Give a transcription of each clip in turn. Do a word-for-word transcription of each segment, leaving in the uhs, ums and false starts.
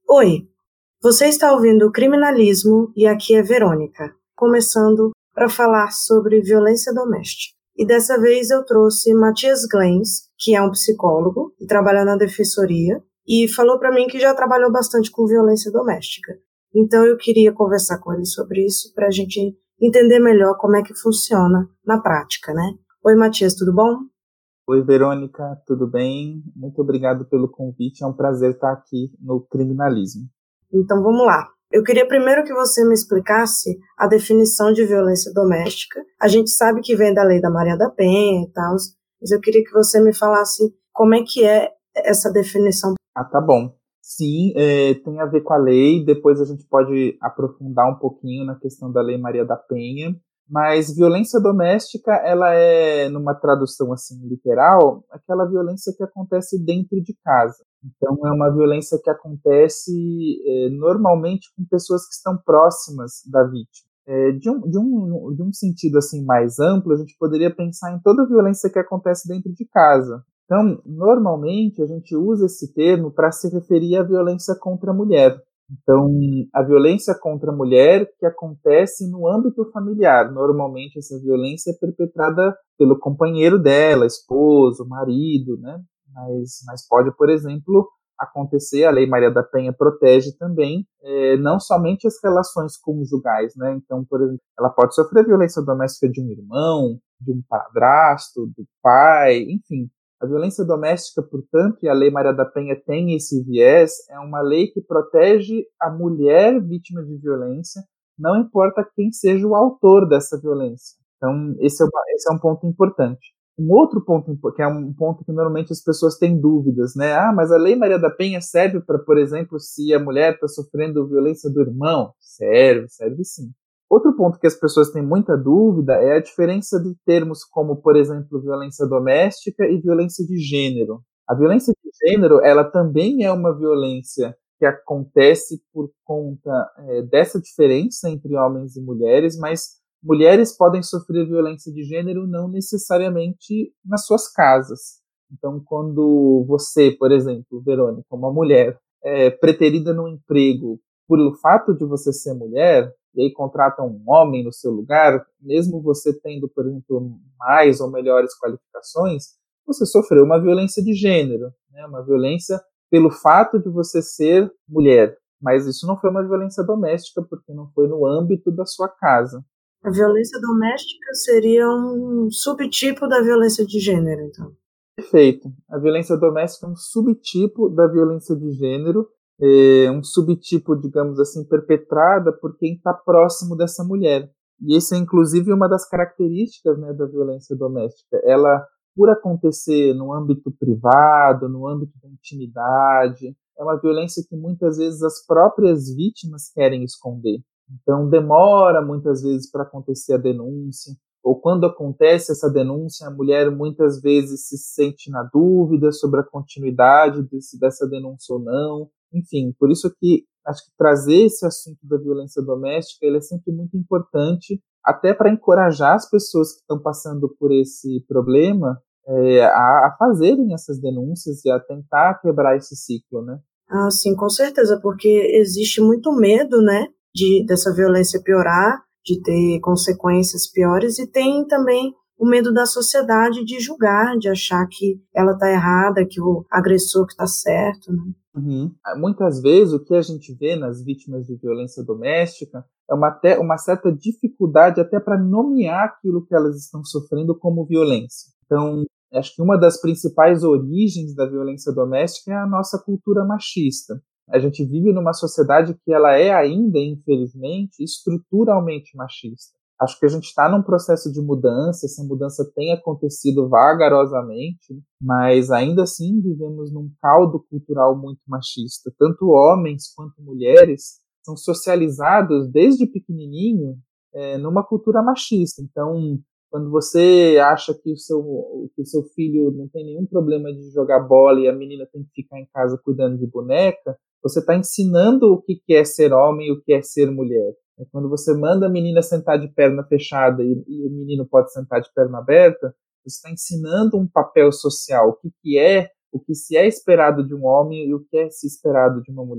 Oi, você está ouvindo o Criminalismo e aqui é Verônica, começando para falar sobre violência doméstica. E dessa vez eu trouxe Matias Glens, que é um psicólogo e trabalha na defensoria, e falou para mim que já trabalhou bastante com violência doméstica. Então eu queria conversar com ele sobre isso para a gente entender melhor como é que funciona na prática, né? Oi, Matias, tudo bom? Oi, Verônica, tudo bem? Muito obrigado pelo convite, é um prazer estar aqui no Criminalismo. Então vamos lá. Eu queria primeiro que você me explicasse a definição de violência doméstica. A gente sabe que vem da lei da Maria da Penha e tal, mas eu queria que você me falasse como é que é essa definição. Ah, tá bom. Sim, é, tem a ver com a lei, depois a gente pode aprofundar um pouquinho na questão da Lei Maria da Penha, mas violência doméstica, ela é, numa tradução assim literal, aquela violência que acontece dentro de casa. Então, é uma violência que acontece é, normalmente com pessoas que estão próximas da vítima. É, de, um, de, um, de um sentido assim mais amplo, a gente poderia pensar em toda violência que acontece dentro de casa. Então, normalmente, a gente usa esse termo para se referir à violência contra a mulher. Então, a violência contra a mulher que acontece no âmbito familiar. Normalmente, essa violência é perpetrada pelo companheiro dela, esposo, marido, né? Mas, mas pode, por exemplo, acontecer, a Lei Maria da Penha protege também, é, não somente as relações conjugais, né? Então, por exemplo, ela pode sofrer violência doméstica de um irmão, de um padrasto, do pai, enfim. A violência doméstica, portanto, e a Lei Maria da Penha tem esse viés, é uma lei que protege a mulher vítima de violência, não importa quem seja o autor dessa violência. Então, esse é, uma, esse é um ponto importante. Um outro ponto, que é um ponto que normalmente as pessoas têm dúvidas, né? Ah, mas a Lei Maria da Penha serve para, por exemplo, se a mulher está sofrendo violência do irmão? Serve, serve sim. Outro ponto que as pessoas têm muita dúvida é a diferença de termos como, por exemplo, violência doméstica e violência de gênero. A violência de gênero, ela também é uma violência que acontece por conta é, dessa diferença entre homens e mulheres, mas mulheres podem sofrer violência de gênero não necessariamente nas suas casas. Então, quando você, por exemplo, Verônica, uma mulher é preterida no emprego pelo fato de você ser mulher, e aí contrata um homem no seu lugar, mesmo você tendo, por exemplo, mais ou melhores qualificações, você sofreu uma violência de gênero, né? Uma violência pelo fato de você ser mulher. Mas isso não foi uma violência doméstica, porque não foi no âmbito da sua casa. A violência doméstica seria um subtipo da violência de gênero, então. Perfeito. A violência doméstica é um subtipo da violência de gênero, é um subtipo, digamos assim, perpetrada por quem está próximo dessa mulher. E isso é, inclusive, uma das características, né, da violência doméstica. Ela, por acontecer no âmbito privado, no âmbito da intimidade, é uma violência que muitas vezes as próprias vítimas querem esconder. Então, demora muitas vezes para acontecer a denúncia, ou quando acontece essa denúncia, a mulher muitas vezes se sente na dúvida sobre a continuidade desse, dessa denúncia ou não. Enfim, por isso que acho que trazer esse assunto da violência doméstica ele é sempre muito importante, até para encorajar as pessoas que estão passando por esse problema é, a, a fazerem essas denúncias e a tentar quebrar esse ciclo, né? Ah, sim, com certeza, porque existe muito medo, né, de, dessa violência piorar, de ter consequências piores, e tem também o medo da sociedade de julgar, de achar que ela está errada, que o agressor que está certo, né? Uhum. Muitas vezes o que a gente vê nas vítimas de violência doméstica é uma, até, uma certa dificuldade até para nomear aquilo que elas estão sofrendo como violência. Então, acho que uma das principais origens da violência doméstica é a nossa cultura machista. A gente vive numa sociedade que ela é ainda, infelizmente, estruturalmente machista. Acho que a gente está num processo de mudança, essa mudança tem acontecido vagarosamente, mas ainda assim vivemos num caldo cultural muito machista. Tanto homens quanto mulheres são socializados desde pequenininho é, numa cultura machista. Então, quando você acha que o, seu, que o seu filho não tem nenhum problema de jogar bola e a menina tem que ficar em casa cuidando de boneca, você está ensinando o que é ser homem e o que é ser mulher. Quando você manda a menina sentar de perna fechada e, e o menino pode sentar de perna aberta, você está ensinando um papel social, o que, que é, o que se é esperado de um homem e o que é se esperado de uma mulher.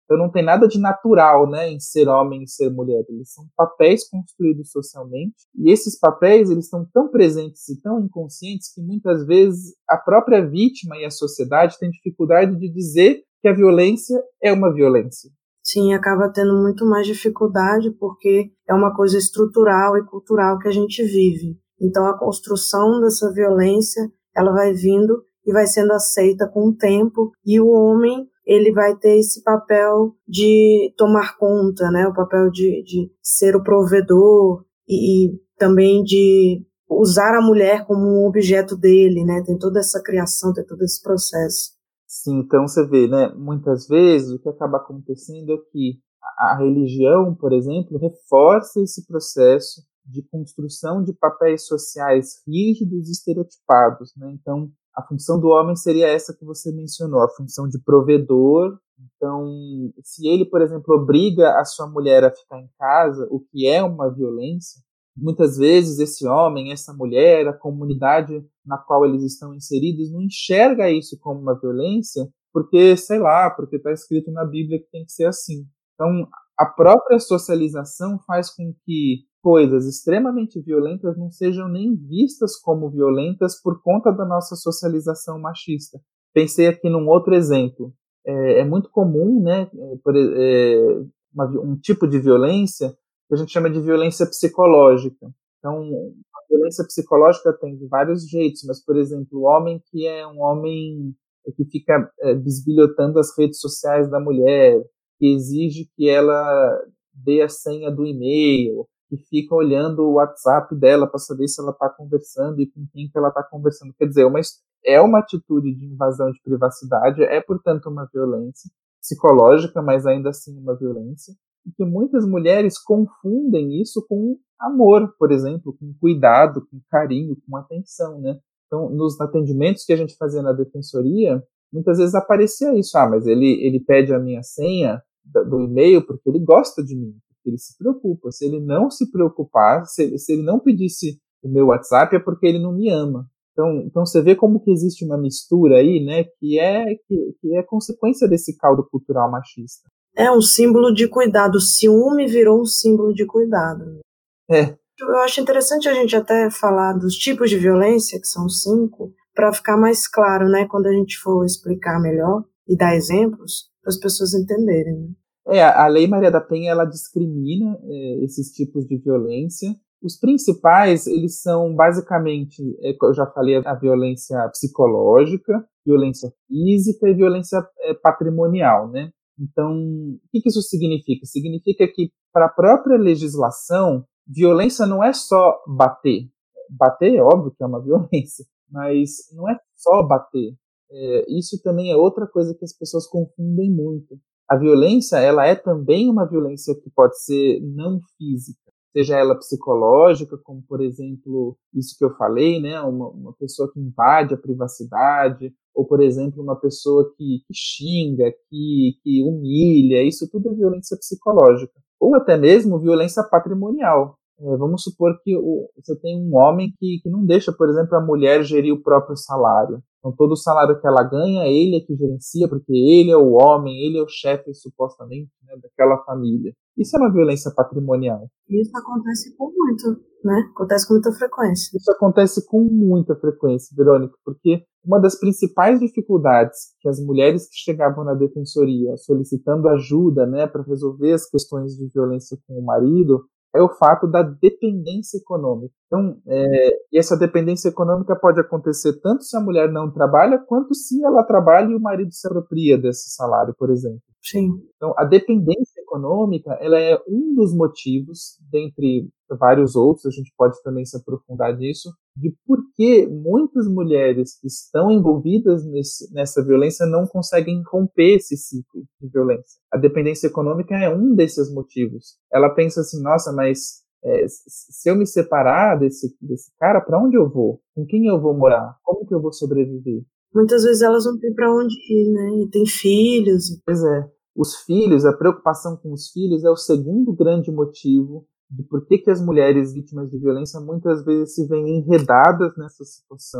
Então não tem nada de natural, né, em ser homem e ser mulher. Eles são papéis construídos socialmente, e esses papéis eles estão tão presentes e tão inconscientes que muitas vezes a própria vítima e a sociedade têm dificuldade de dizer que a violência é uma violência. Sim, acaba tendo muito mais dificuldade porque é uma coisa estrutural e cultural que a gente vive. Então a construção dessa violência, ela vai vindo e vai sendo aceita com o tempo, e o homem, ele vai ter esse papel de tomar conta, né? O papel de, de ser o provedor e, e também de usar a mulher como um objeto dele, né? Tem toda essa criação, tem todo esse processo. Sim, então você vê, né? Muitas vezes o que acaba acontecendo é que a, a religião, por exemplo, reforça esse processo de construção de papéis sociais rígidos e estereotipados, né? Então, a função do homem seria essa que você mencionou, a função de provedor. Então, se ele, por exemplo, obriga a sua mulher a ficar em casa, o que é uma violência, muitas vezes esse homem, essa mulher, a comunidade na qual eles estão inseridos não enxerga isso como uma violência porque, sei lá, porque está escrito na Bíblia que tem que ser assim. Então, a própria socialização faz com que coisas extremamente violentas não sejam nem vistas como violentas por conta da nossa socialização machista. Pensei aqui num outro exemplo. É, é muito comum, né, por, é, uma, um tipo de violência que a gente chama de violência psicológica. Então, a violência psicológica tem de vários jeitos, mas, por exemplo, o homem que é um homem que fica é, bisbilhotando as redes sociais da mulher, que exige que ela dê a senha do e-mail, que fica olhando o WhatsApp dela para saber se ela está conversando e com quem que ela está conversando. Quer dizer, uma, é uma atitude de invasão de privacidade, é, portanto, uma violência psicológica, mas ainda assim uma violência, e que muitas mulheres confundem isso com amor, por exemplo, com cuidado, com carinho, com atenção, né? Então, nos atendimentos que a gente fazia na defensoria, muitas vezes aparecia isso. Ah, mas ele, ele pede a minha senha do e-mail porque ele gosta de mim, porque ele se preocupa. Se ele não se preocupar, se, se ele não pedisse o meu WhatsApp, é porque ele não me ama. Então, então você vê como que existe uma mistura aí, né, que é, que, que é consequência desse caldo cultural machista. É um símbolo de cuidado. O ciúme virou um símbolo de cuidado. É. Eu acho interessante a gente até falar dos tipos de violência, que são cinco, para ficar mais claro, né, quando a gente for explicar melhor e dar exemplos, para as pessoas entenderem. Né? É, a Lei Maria da Penha, ela discrimina é, esses tipos de violência. Os principais, eles são basicamente, é, eu já falei, a violência psicológica, violência física e violência é, patrimonial, né? Então, o que, que isso significa? Significa que, para a própria legislação, violência não é só bater. Bater é óbvio que é uma violência, mas não é só bater. É, isso também é outra coisa que as pessoas confundem muito. A violência, ela é também uma violência que pode ser não física, seja ela psicológica, como, por exemplo, isso que eu falei, né, uma, uma pessoa que invade a privacidade, ou, por exemplo, uma pessoa que, que xinga, que, que humilha, isso tudo é violência psicológica. Ou até mesmo violência patrimonial. É, vamos supor que o, você tem um homem que, que não deixa, por exemplo, a mulher gerir o próprio salário. Então, todo o salário que ela ganha, ele é que gerencia, porque ele é o homem, ele é o chefe, supostamente, né, daquela família. Isso é uma violência patrimonial. Isso acontece com muito, né? Acontece com muita frequência. Isso acontece com muita frequência, Verônica, porque uma das principais dificuldades que as mulheres que chegavam na defensoria solicitando ajuda, né, para resolver as questões de violência com o marido, é o fato da dependência econômica. Então, é, e essa dependência econômica pode acontecer tanto se a mulher não trabalha, quanto se ela trabalha e o marido se apropria desse salário, por exemplo. Sim. Então, a dependência econômica, ela é um dos motivos, dentre vários outros, a gente pode também se aprofundar nisso, de por que muitas mulheres que estão envolvidas nesse, nessa violência não conseguem romper esse ciclo de violência. A dependência econômica é um desses motivos. Ela pensa assim, nossa, mas é, se eu me separar desse, desse cara, para onde eu vou? Com quem eu vou morar? Como que eu vou sobreviver? Muitas vezes elas não têm para onde ir, né? E tem filhos. Pois é. Os filhos, a preocupação com os filhos é o segundo grande motivo de por que, que as mulheres vítimas de violência muitas vezes se veem enredadas nessa situação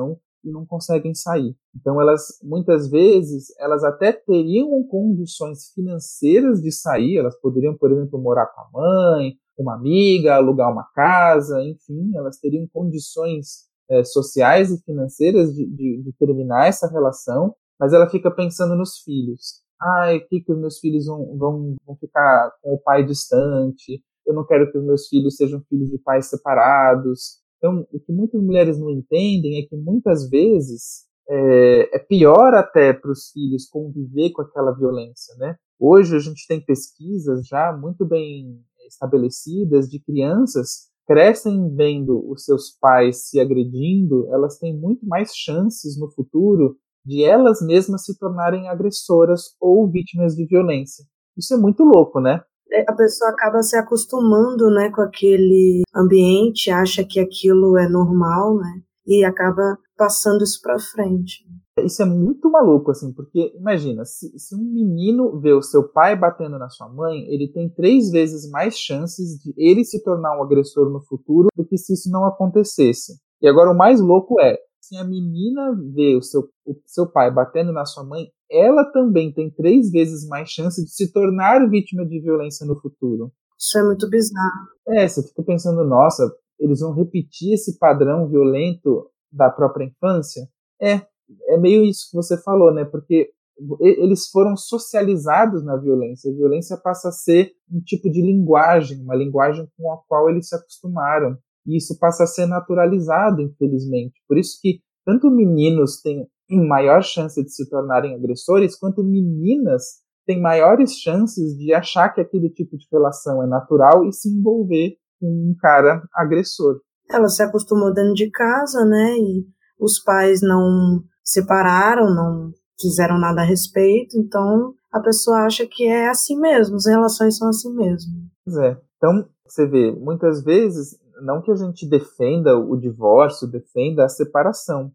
e não conseguem sair. Então, elas, muitas vezes, elas até teriam condições financeiras de sair, elas poderiam, por exemplo, morar com a mãe, com uma amiga, alugar uma casa, enfim, elas teriam condições é, sociais e financeiras de, de, de terminar essa relação, mas ela fica pensando nos filhos. Ai, que que os meus filhos vão, vão, vão ficar com o pai distante, eu não quero que os meus filhos sejam filhos de pais separados. Então, o que muitas mulheres não entendem é que muitas vezes é, é pior até para os filhos conviver com aquela violência, né? Hoje a gente tem pesquisas já muito bem estabelecidas de crianças que crescem vendo os seus pais se agredindo, elas têm muito mais chances no futuro de elas mesmas se tornarem agressoras ou vítimas de violência. Isso é muito louco, né? A pessoa acaba se acostumando, né, com aquele ambiente, acha que aquilo é normal, né, e acaba passando isso para frente. Isso é muito maluco, assim, porque imagina, se, se um menino vê o seu pai batendo na sua mãe, ele tem três vezes mais chances de ele se tornar um agressor no futuro do que se isso não acontecesse. E agora o mais louco é, se a menina vê o seu, o seu pai batendo na sua mãe, ela também tem três vezes mais chance de se tornar vítima de violência no futuro. Isso é muito bizarro. É, você fica pensando, nossa, eles vão repetir esse padrão violento da própria infância? É, é meio isso que você falou, né? Porque eles foram socializados na violência. A violência passa a ser um tipo de linguagem, uma linguagem com a qual eles se acostumaram. E isso passa a ser naturalizado, infelizmente. Por isso que tanto meninos têm maior chance de se tornarem agressores, quanto meninas têm maiores chances de achar que aquele tipo de relação é natural e se envolver com um cara agressor. Ela se acostumou dentro de casa, né? E os pais não separaram, não fizeram nada a respeito, então a pessoa acha que é assim mesmo, as relações são assim mesmo. Pois é. Então, você vê, muitas vezes, não que a gente defenda o divórcio, defenda a separação,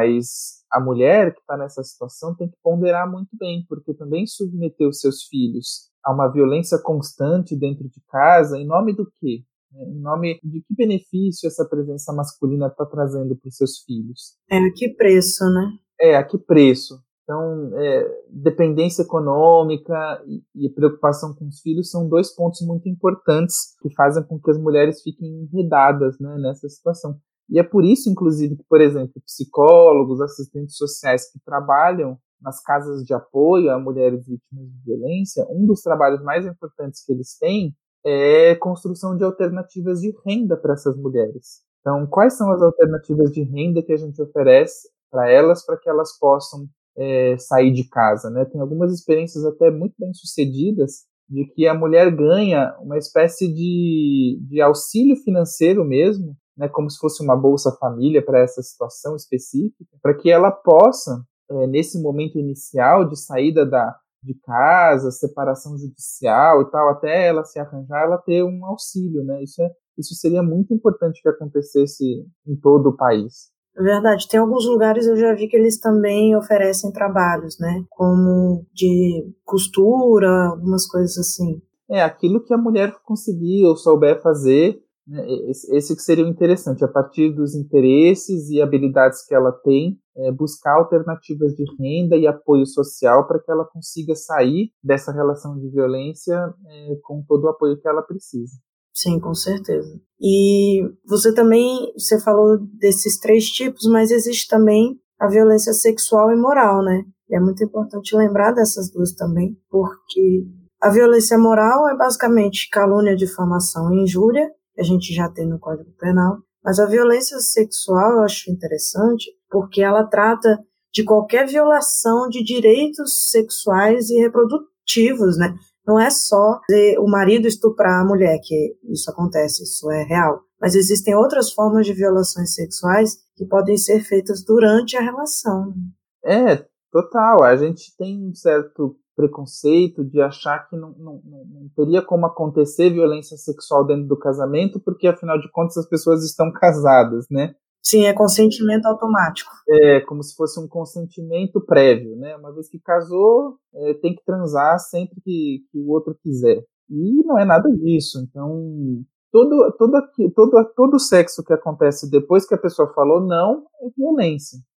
mas a mulher que está nessa situação tem que ponderar muito bem, porque também submeter os seus filhos a uma violência constante dentro de casa, em nome do quê? Em nome de que benefício essa presença masculina está trazendo para os seus filhos? É, a que preço, né? É, a que preço? Então, é, dependência econômica e, e preocupação com os filhos são dois pontos muito importantes que fazem com que as mulheres fiquem enredadas, né, nessa situação. E é por isso, inclusive, que, por exemplo, psicólogos, assistentes sociais que trabalham nas casas de apoio a mulheres vítimas de violência, um dos trabalhos mais importantes que eles têm é construção de alternativas de renda para essas mulheres. Então, quais são as alternativas de renda que a gente oferece para elas, para que elas possam é, sair de casa, né? Tem algumas experiências até muito bem sucedidas de que a mulher ganha uma espécie de, de auxílio financeiro mesmo, né, como se fosse uma Bolsa Família para essa situação específica, para que ela possa, é, nesse momento inicial de saída da, de casa, separação judicial e tal, até ela se arranjar, ela ter um auxílio, né? Isso, é, isso seria muito importante que acontecesse em todo o país. É verdade, tem alguns lugares eu já vi que eles também oferecem trabalhos, né? Como de costura, algumas coisas assim. É, aquilo que a mulher conseguir ou souber fazer, né, esse que seria o interessante, a partir dos interesses e habilidades que ela tem, é, buscar alternativas de renda e apoio social para que ela consiga sair dessa relação de violência é, com todo o apoio que ela precisa. Sim, com certeza. E você também, você falou desses três tipos, mas existe também a violência sexual e moral, né? E é muito importante lembrar dessas duas também, porque a violência moral é basicamente calúnia, difamação e injúria, que a gente já tem no Código Penal, mas a violência sexual eu acho interessante porque ela trata de qualquer violação de direitos sexuais e reprodutivos, né? Não é só o marido estuprar a mulher, que isso acontece, isso é real. Mas existem outras formas de violações sexuais que podem ser feitas durante a relação. É, total. A gente tem um certo preconceito de achar que não, não, não teria como acontecer violência sexual dentro do casamento, porque, afinal de contas, as pessoas estão casadas, né? Sim, é consentimento automático. É, como se fosse um consentimento prévio, né? Uma vez que casou, é, tem que transar sempre que, que o outro quiser. E não é nada disso. Então, todo, todo, aqui, todo, todo sexo que acontece depois que a pessoa falou não é violência.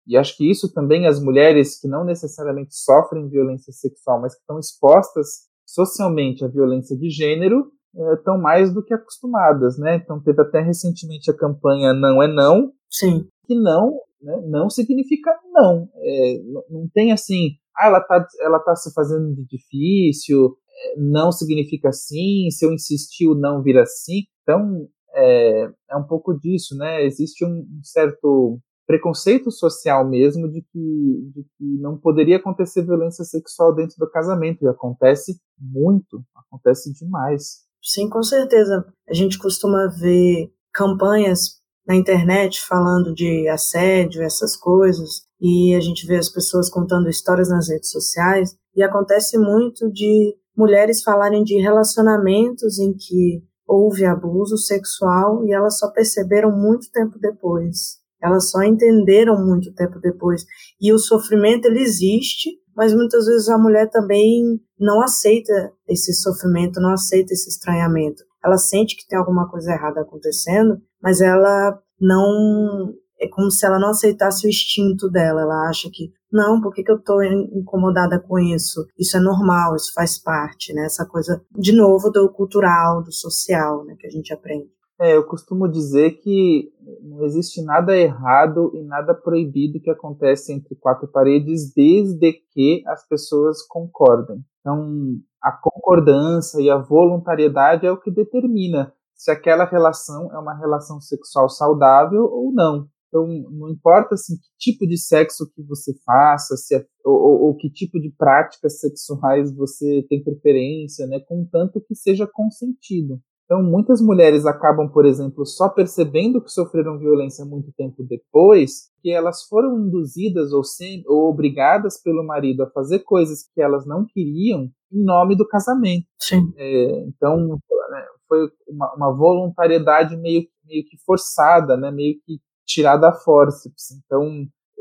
E acho que isso também as mulheres que não necessariamente sofrem violência sexual, mas que estão expostas socialmente à violência de gênero, estão mais do que acostumadas, né? Então teve até recentemente a campanha Não é Não, Sim. que não, né, não significa não. É, não tem assim, ah, ela está ela tá se fazendo de difícil, não significa sim, se eu insistir o não vira sim. Então é, é um pouco disso, né? Existe um, um certo preconceito social mesmo de que, de que não poderia acontecer violência sexual dentro do casamento, e acontece muito, acontece demais. Sim, com certeza. A gente costuma ver campanhas na internet falando de assédio, essas coisas, e a gente vê as pessoas contando histórias nas redes sociais, e acontece muito de mulheres falarem de relacionamentos em que houve abuso sexual e elas só perceberam muito tempo depois. Elas só entenderam muito tempo depois. E o sofrimento, ele existe, mas muitas vezes a mulher também não aceita esse sofrimento, não aceita esse estranhamento. Ela sente que tem alguma coisa errada acontecendo, mas ela não... É como se ela não aceitasse o instinto dela. Ela acha que, não, por que, que eu estou incomodada com isso? Isso é normal, isso faz parte, né? Essa coisa, de novo, do cultural, do social, né, que a gente aprende. É, eu costumo dizer que não existe nada errado e nada proibido que acontece entre quatro paredes, desde que as pessoas concordem. Então, a concordância e a voluntariedade é o que determina se aquela relação é uma relação sexual saudável ou não. Então, não importa assim, que tipo de sexo que você faça, se é, ou, ou que tipo de práticas sexuais você tem preferência, né, contanto que seja consentido. Então, muitas mulheres acabam, por exemplo, só percebendo que sofreram violência muito tempo depois, que elas foram induzidas ou, sem, ou obrigadas pelo marido a fazer coisas que elas não queriam em nome do casamento. Sim. É, então, foi uma, uma voluntariedade meio, meio que forçada, né, meio que tirada a forceps. Então,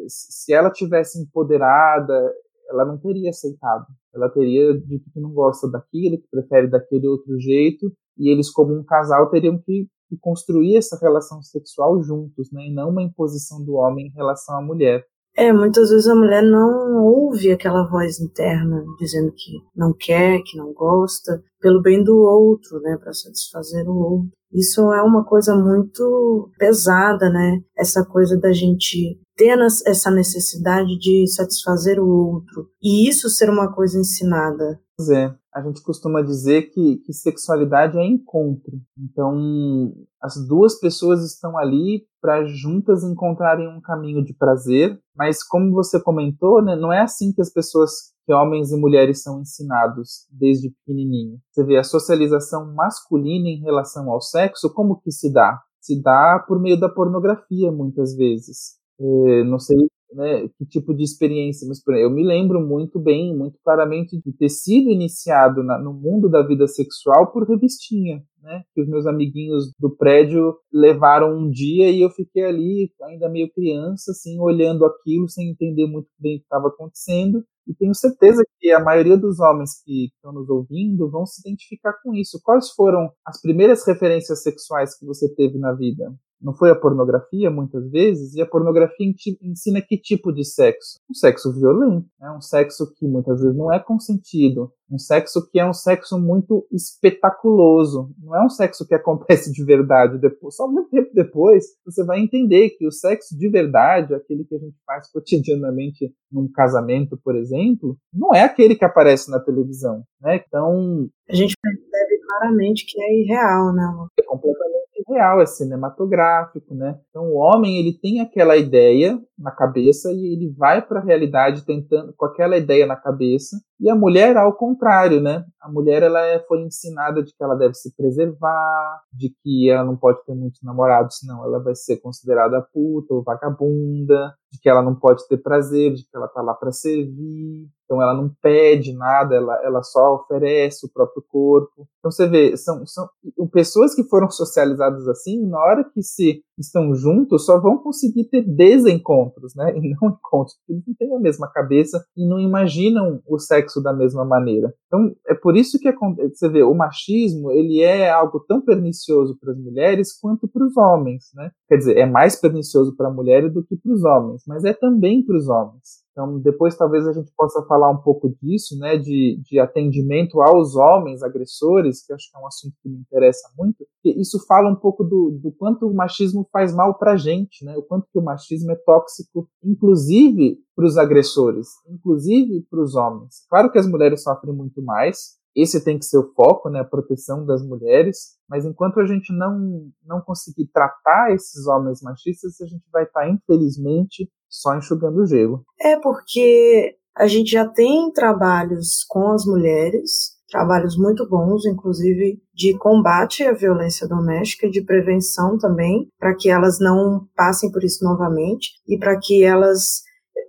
se ela tivesse empoderada, ela não teria aceitado. Ela teria dito que não gosta daquilo, que prefere daquele outro jeito, e eles, como um casal, teriam que, que construir essa relação sexual juntos, né? E não uma imposição do homem em relação à mulher. É, muitas vezes a mulher não ouve aquela voz interna dizendo que não quer, que não gosta, pelo bem do outro, né, para satisfazer o outro. Isso é uma coisa muito pesada, né? Essa coisa da gente ter essa necessidade de satisfazer o outro. E isso ser uma coisa ensinada. Pois é. A gente costuma dizer que, que sexualidade é encontro. Então, as duas pessoas estão ali para juntas encontrarem um caminho de prazer, mas como você comentou, né, não é assim que as pessoas, que homens e mulheres são ensinados desde pequenininho. Você vê a socialização masculina em relação ao sexo, como que se dá? Se dá por meio da pornografia, muitas vezes. É, não sei, né, que tipo de experiência, mas eu me lembro muito bem, muito claramente de ter sido iniciado na, no mundo da vida sexual por revistinha, né, que os meus amiguinhos do prédio levaram um dia e eu fiquei ali, ainda meio criança, assim, olhando aquilo sem entender muito bem o que estava acontecendo, e tenho certeza que a maioria dos homens que estão nos ouvindo vão se identificar com isso. Quais foram as primeiras referências sexuais que você teve na vida? Não foi a pornografia, muitas vezes? E a pornografia ensina que tipo de sexo? Um sexo violento, né? Um sexo que muitas vezes não é consentido, um sexo que é um sexo muito espetaculoso, não é um sexo que acontece de verdade. Depois, só muito tempo depois você vai entender que o sexo de verdade, aquele que a gente faz cotidianamente num casamento, por exemplo, não é aquele que aparece na televisão, né? Então, a gente percebe claramente que é irreal, né? É completamente real, é cinematográfico, né? Então o homem, ele tem aquela ideia na cabeça e ele vai para a realidade tentando com aquela ideia na cabeça, e a mulher ao contrário, né? A mulher, ela é, foi ensinada de que ela deve se preservar, de que ela não pode ter muitos namorados, senão ela vai ser considerada puta ou vagabunda, de que ela não pode ter prazer, de que ela tá lá para servir. Então ela não pede nada, ela, ela só oferece o próprio corpo. Então você vê, são, são pessoas que foram socializadas assim, na hora que se estão juntos só vão conseguir ter desencontros, né? E não encontros, porque eles não têm a mesma cabeça e não imaginam o sexo da mesma maneira. Então, é por isso que você vê, o machismo, ele é algo tão pernicioso para as mulheres quanto para os homens, né? Quer dizer, é mais pernicioso para a mulher do que para os homens, mas é também para os homens. Então, depois talvez a gente possa falar um pouco disso, né, de, de atendimento aos homens agressores, que eu acho que é um assunto que me interessa muito, e isso fala um pouco do, do quanto o machismo faz mal para a gente, né, o quanto que o machismo é tóxico, inclusive para os agressores, inclusive para os homens. Claro que as mulheres sofrem muito mais, esse tem que ser o foco, né, a proteção das mulheres, mas enquanto a gente não, não conseguir tratar esses homens machistas, a gente vai estar, infelizmente, só enxugando o gelo. É porque a gente já tem trabalhos com as mulheres, trabalhos muito bons, inclusive de combate à violência doméstica e de prevenção também, para que elas não passem por isso novamente e para que elas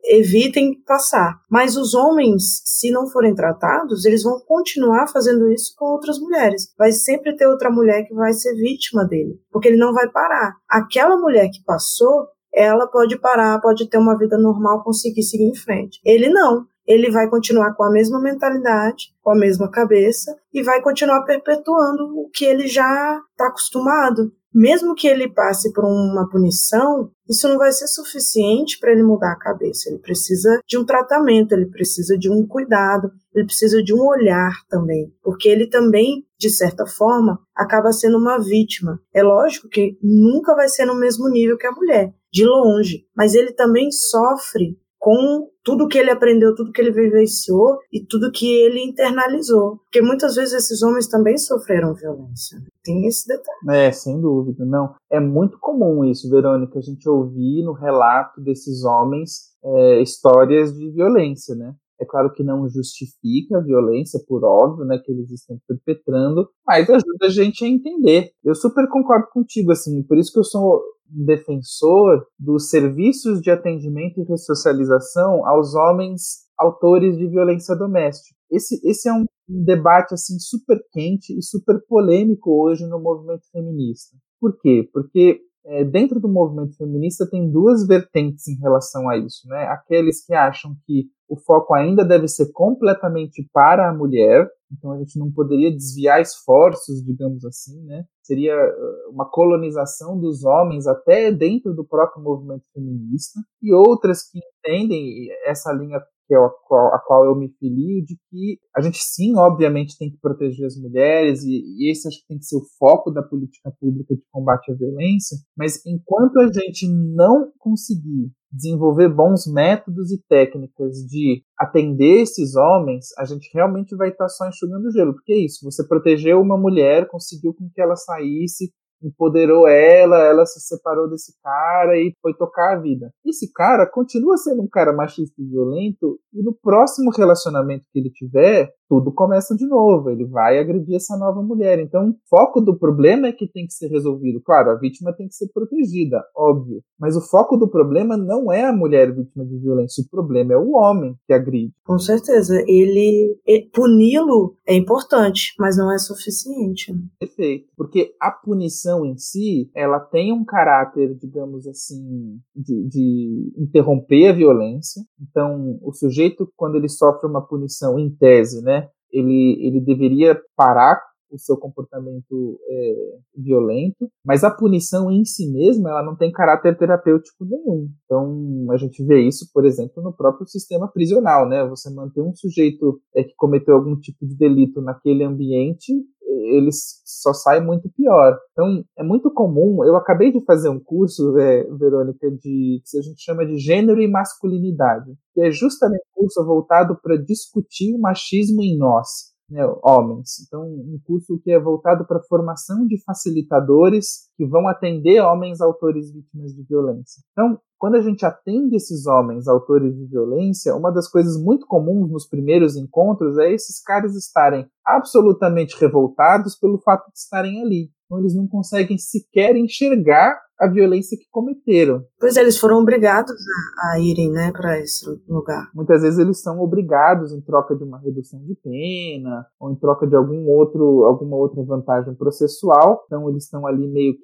evitem passar. Mas os homens, se não forem tratados, eles vão continuar fazendo isso com outras mulheres. Vai sempre ter outra mulher que vai ser vítima dele, porque ele não vai parar. Aquela mulher que passou, ela pode parar, pode ter uma vida normal, conseguir seguir em frente. Ele não. Ele vai continuar com a mesma mentalidade, com a mesma cabeça e vai continuar perpetuando o que ele já está acostumado. Mesmo que ele passe por uma punição, isso não vai ser suficiente para ele mudar a cabeça. Ele precisa de um tratamento, ele precisa de um cuidado, ele precisa de um olhar também, porque ele também, de certa forma, acaba sendo uma vítima. É lógico que nunca vai ser no mesmo nível que a mulher, de longe, mas ele também sofre com tudo que ele aprendeu, tudo que ele vivenciou e tudo que ele internalizou. Porque muitas vezes esses homens também sofreram violência. Tem esse detalhe. É, sem dúvida. Não, é muito comum isso, Verônica, a gente ouvir no relato desses homens é, histórias de violência, né? É claro que não justifica a violência, por óbvio, né, que eles estão perpetrando, mas ajuda a gente a entender. Eu super concordo contigo, assim, por isso que eu sou um defensor dos serviços de atendimento e ressocialização aos homens autores de violência doméstica. Esse, esse é um debate assim, super quente e super polêmico hoje no movimento feminista. Por quê? Porque é, dentro do movimento feminista tem duas vertentes em relação a isso, né? Aqueles que acham que o foco ainda deve ser completamente para a mulher, então a gente não poderia desviar esforços, digamos assim, né? Seria uma colonização dos homens até dentro do próprio movimento feminista, e outras que entendem essa linha que é a qual, a qual eu me filio, de que a gente sim, obviamente, tem que proteger as mulheres, e, e esse acho que tem que ser o foco da política pública de combate à violência, mas enquanto a gente não conseguir desenvolver bons métodos e técnicas de atender esses homens, a gente realmente vai estar só enxugando gelo, porque é isso, você protegeu uma mulher, conseguiu com que ela saísse, empoderou ela, ela se separou desse cara e foi tocar a vida. Esse cara continua sendo um cara machista e violento, e no próximo relacionamento que ele tiver, tudo começa de novo, ele vai agredir essa nova mulher. Então, o foco do problema é que tem que ser resolvido. Claro, a vítima tem que ser protegida, óbvio, mas o foco do problema não é a mulher vítima de violência, o problema é o homem que agride. Com certeza, ele, ele puni-lo é importante, mas não é suficiente. Perfeito, porque a punição em si, ela tem um caráter, digamos assim, de, de interromper a violência. Então, o sujeito, quando ele sofre uma punição em tese, né, ele, ele deveria parar o seu comportamento é, violento, mas a punição em si mesma, ela não tem caráter terapêutico nenhum. Então, a gente vê isso, por exemplo, no próprio sistema prisional, né? Você manter um sujeito é, que cometeu algum tipo de delito naquele ambiente, ele só sai muito pior. Então, é muito comum, eu acabei de fazer um curso, é, Verônica, de, que a gente chama de gênero e masculinidade, que é justamente um curso voltado para discutir o machismo em nós, né, homens. Então, um curso que é voltado para a formação de facilitadores que vão atender homens autores vítimas de violência. Então, quando a gente atende esses homens autores de violência, uma das coisas muito comuns nos primeiros encontros é esses caras estarem absolutamente revoltados pelo fato de estarem ali. Então, eles não conseguem sequer enxergar a violência que cometeram. Pois é, eles foram obrigados a, a irem, né, para esse lugar. Muitas vezes eles são obrigados em troca de uma redução de pena ou em troca de algum outro, alguma outra vantagem processual. Então eles estão ali meio que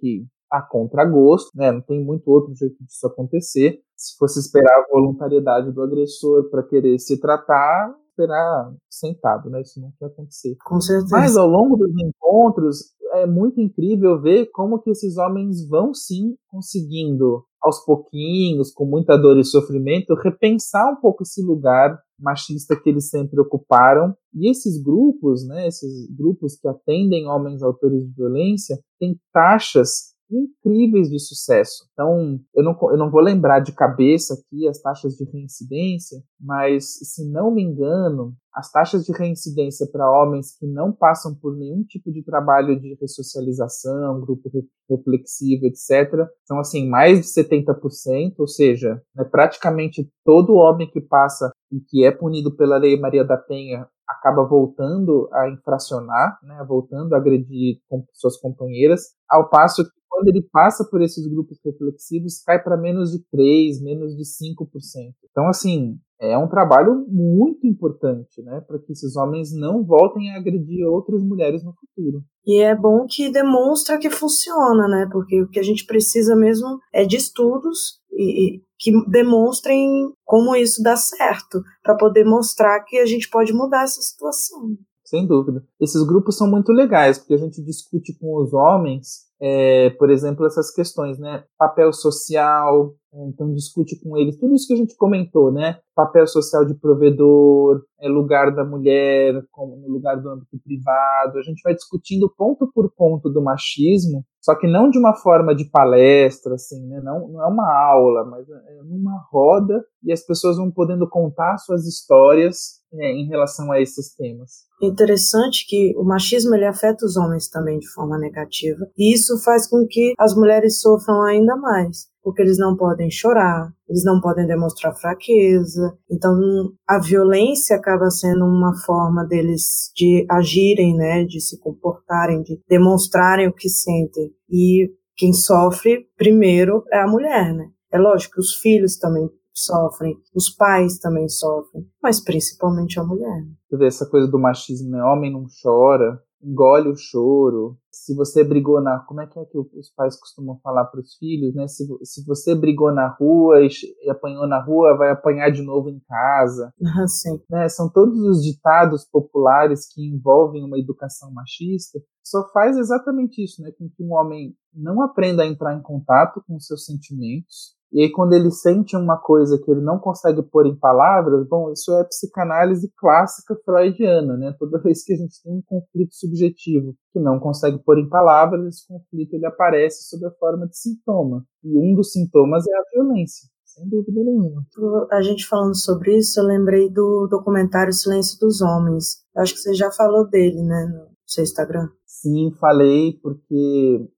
a contragosto, né? Não tem muito outro jeito disso acontecer. Se fosse esperar a voluntariedade do agressor para querer se tratar, esperar sentado, né? Isso não quer acontecer. Com certeza. Mas ao longo dos encontros, é muito incrível ver como que esses homens vão sim conseguindo, aos pouquinhos, com muita dor e sofrimento, repensar um pouco esse lugar machista que eles sempre ocuparam. E esses grupos, né, esses grupos que atendem homens autores de violência, têm taxas incríveis de sucesso. Então, eu não, eu não vou lembrar de cabeça aqui as taxas de reincidência, mas, se não me engano, as taxas de reincidência para homens que não passam por nenhum tipo de trabalho de ressocialização, grupo reflexivo, etcétera, são assim, mais de setenta por cento, ou seja, né, praticamente todo homem que passa e que é punido pela Lei Maria da Penha acaba voltando a infracionar, né, voltando a agredir suas companheiras, ao passo que quando ele passa por esses grupos reflexivos, cai para menos de três por cento, menos de cinco por cento. Então, assim, é um trabalho muito importante, né, para que esses homens não voltem a agredir outras mulheres no futuro. E é bom que demonstra que funciona, né, porque o que a gente precisa mesmo é de estudos e, e que demonstrem como isso dá certo, para poder mostrar que a gente pode mudar essa situação. Sem dúvida. Esses grupos são muito legais, porque a gente discute com os homens, é, por exemplo, essas questões, né? Papel social, então discute com eles tudo isso que a gente comentou, né? Papel social de provedor, é, lugar da mulher, como no lugar do âmbito privado. A gente vai discutindo ponto por ponto do machismo, só que não de uma forma de palestra, assim, né? Não, não é uma aula, mas é numa roda, e as pessoas vão podendo contar suas histórias, é, em relação a esses temas. Interessante que o machismo ele afeta os homens também de forma negativa, e isso faz com que as mulheres sofram ainda mais, porque eles não podem chorar, eles não podem demonstrar fraqueza. Então a violência acaba sendo uma forma deles de agirem, né, de se comportarem, de demonstrarem o que sentem. E quem sofre primeiro é a mulher, né? É lógico que os filhos também sofrem, os pais também sofrem, mas principalmente a mulher. Você vê essa coisa do machismo, né? Homem não chora, engole o choro. Se você brigou na... Como é que é que os pais costumam falar para os filhos, né? Se, se você brigou na rua e, e apanhou na rua, vai apanhar de novo em casa. Ah, sim. Né? São todos os ditados populares que envolvem uma educação machista. Só faz exatamente isso, né? Com que um homem não aprenda a entrar em contato com os seus sentimentos. E aí, quando ele sente uma coisa que ele não consegue pôr em palavras, bom, isso é psicanálise clássica freudiana, né? Toda vez que a gente tem um conflito subjetivo que não consegue pôr em palavras, esse conflito ele aparece sob a forma de sintoma. E um dos sintomas é a violência, sem dúvida nenhuma. A gente falando sobre isso, eu lembrei do documentário Silêncio dos Homens. Eu acho que você já falou dele, né, no seu Instagram. Sim, falei, porque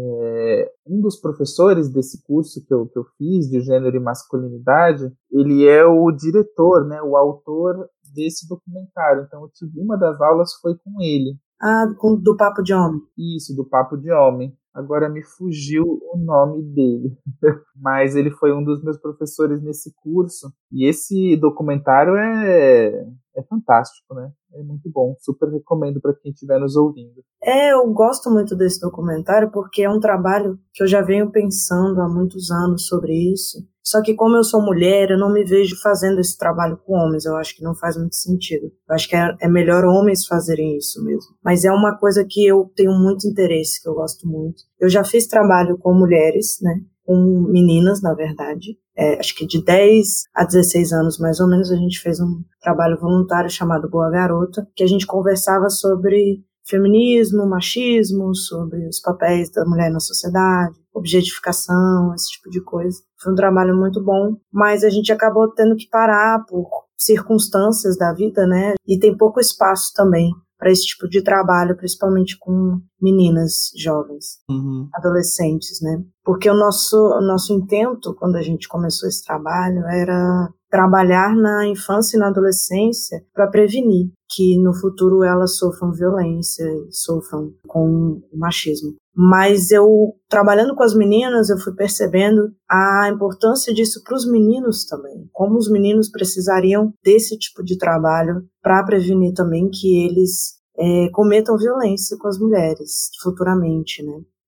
é, um dos professores desse curso que eu, que eu fiz, de gênero e masculinidade, ele é o diretor, né, o autor desse documentário. Então, eu tive, uma das aulas foi com ele. Ah, do Papo de Homem. Isso, do Papo de Homem. Agora me fugiu o nome dele, mas ele foi um dos meus professores nesse curso. E esse documentário é, é fantástico, né? É muito bom, super recomendo para quem estiver nos ouvindo. É, eu gosto muito desse documentário porque é um trabalho que eu já venho pensando há muitos anos sobre isso. Só que como eu sou mulher, eu não me vejo fazendo esse trabalho com homens. Eu acho que não faz muito sentido. Eu acho que é, é melhor homens fazerem isso mesmo. Mas é uma coisa que eu tenho muito interesse, que eu gosto muito. Eu já fiz trabalho com mulheres, né? Com meninas, na verdade. É, acho que de dez a dezesseis anos, mais ou menos, a gente fez um trabalho voluntário chamado Boa Garota, que a gente conversava sobre feminismo, machismo, sobre os papéis da mulher na sociedade, objetificação, esse tipo de coisa. Foi um trabalho muito bom, mas a gente acabou tendo que parar por circunstâncias da vida, né? E tem pouco espaço também para esse tipo de trabalho, principalmente com meninas jovens, uhum. adolescentes, né? Porque o nosso, o nosso intento, quando a gente começou esse trabalho, era trabalhar na infância e na adolescência para prevenir que no futuro elas sofram violência e sofram com machismo. Mas eu, trabalhando com as meninas, eu fui percebendo a importância disso para os meninos também. Como os meninos precisariam desse tipo de trabalho para prevenir também que eles é, cometam violência com as mulheres futuramente, né?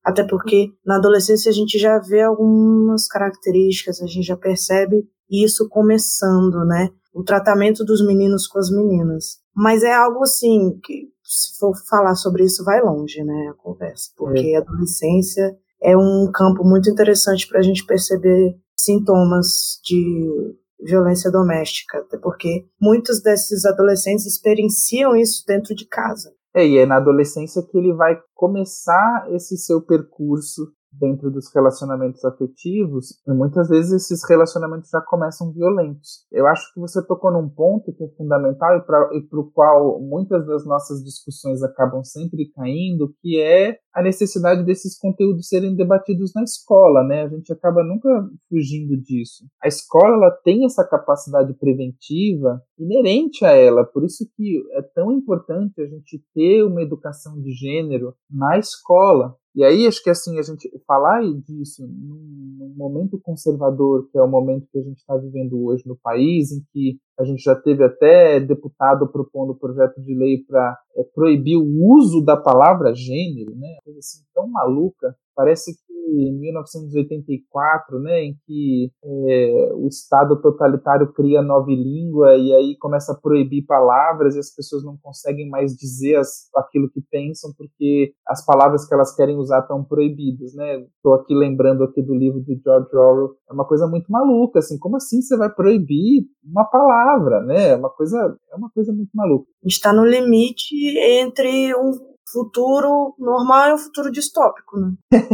Até porque na adolescência a gente já vê algumas características, a gente já percebe isso começando, né? O tratamento dos meninos com as meninas. Mas é algo assim, que se for falar sobre isso vai longe, né, a conversa. Porque É. a adolescência é um campo muito interessante para a gente perceber sintomas de violência doméstica, até porque muitos desses adolescentes experienciam isso dentro de casa. É, e é na adolescência que ele vai começar esse seu percurso dentro dos relacionamentos afetivos, e muitas vezes esses relacionamentos já começam violentos. Eu acho que você tocou num ponto que é fundamental e para o qual muitas das nossas discussões acabam sempre caindo, que é a necessidade desses conteúdos serem debatidos na escola, né? A gente acaba nunca fugindo disso. A escola, ela tem essa capacidade preventiva inerente a ela, por isso que é tão importante a gente ter uma educação de gênero na escola. E aí, acho que assim, a gente falar disso num, num momento conservador, que é o momento que a gente está vivendo hoje no país, em que a gente já teve até deputado propondo projeto de lei para é, proibir o uso da palavra gênero, né? Uma coisa assim tão maluca. Parece que em mil novecentos e oitenta e quatro, né, em que é, o Estado totalitário cria nova língua e aí começa a proibir palavras e as pessoas não conseguem mais dizer as, aquilo que pensam porque as palavras que elas querem usar estão proibidas, né? Estou aqui lembrando aqui do livro do George Orwell. É uma coisa muito maluca, assim, como assim você vai proibir uma palavra, né? É uma coisa, é uma coisa muito maluca. Está no limite entre um futuro normal e um futuro distópico, né?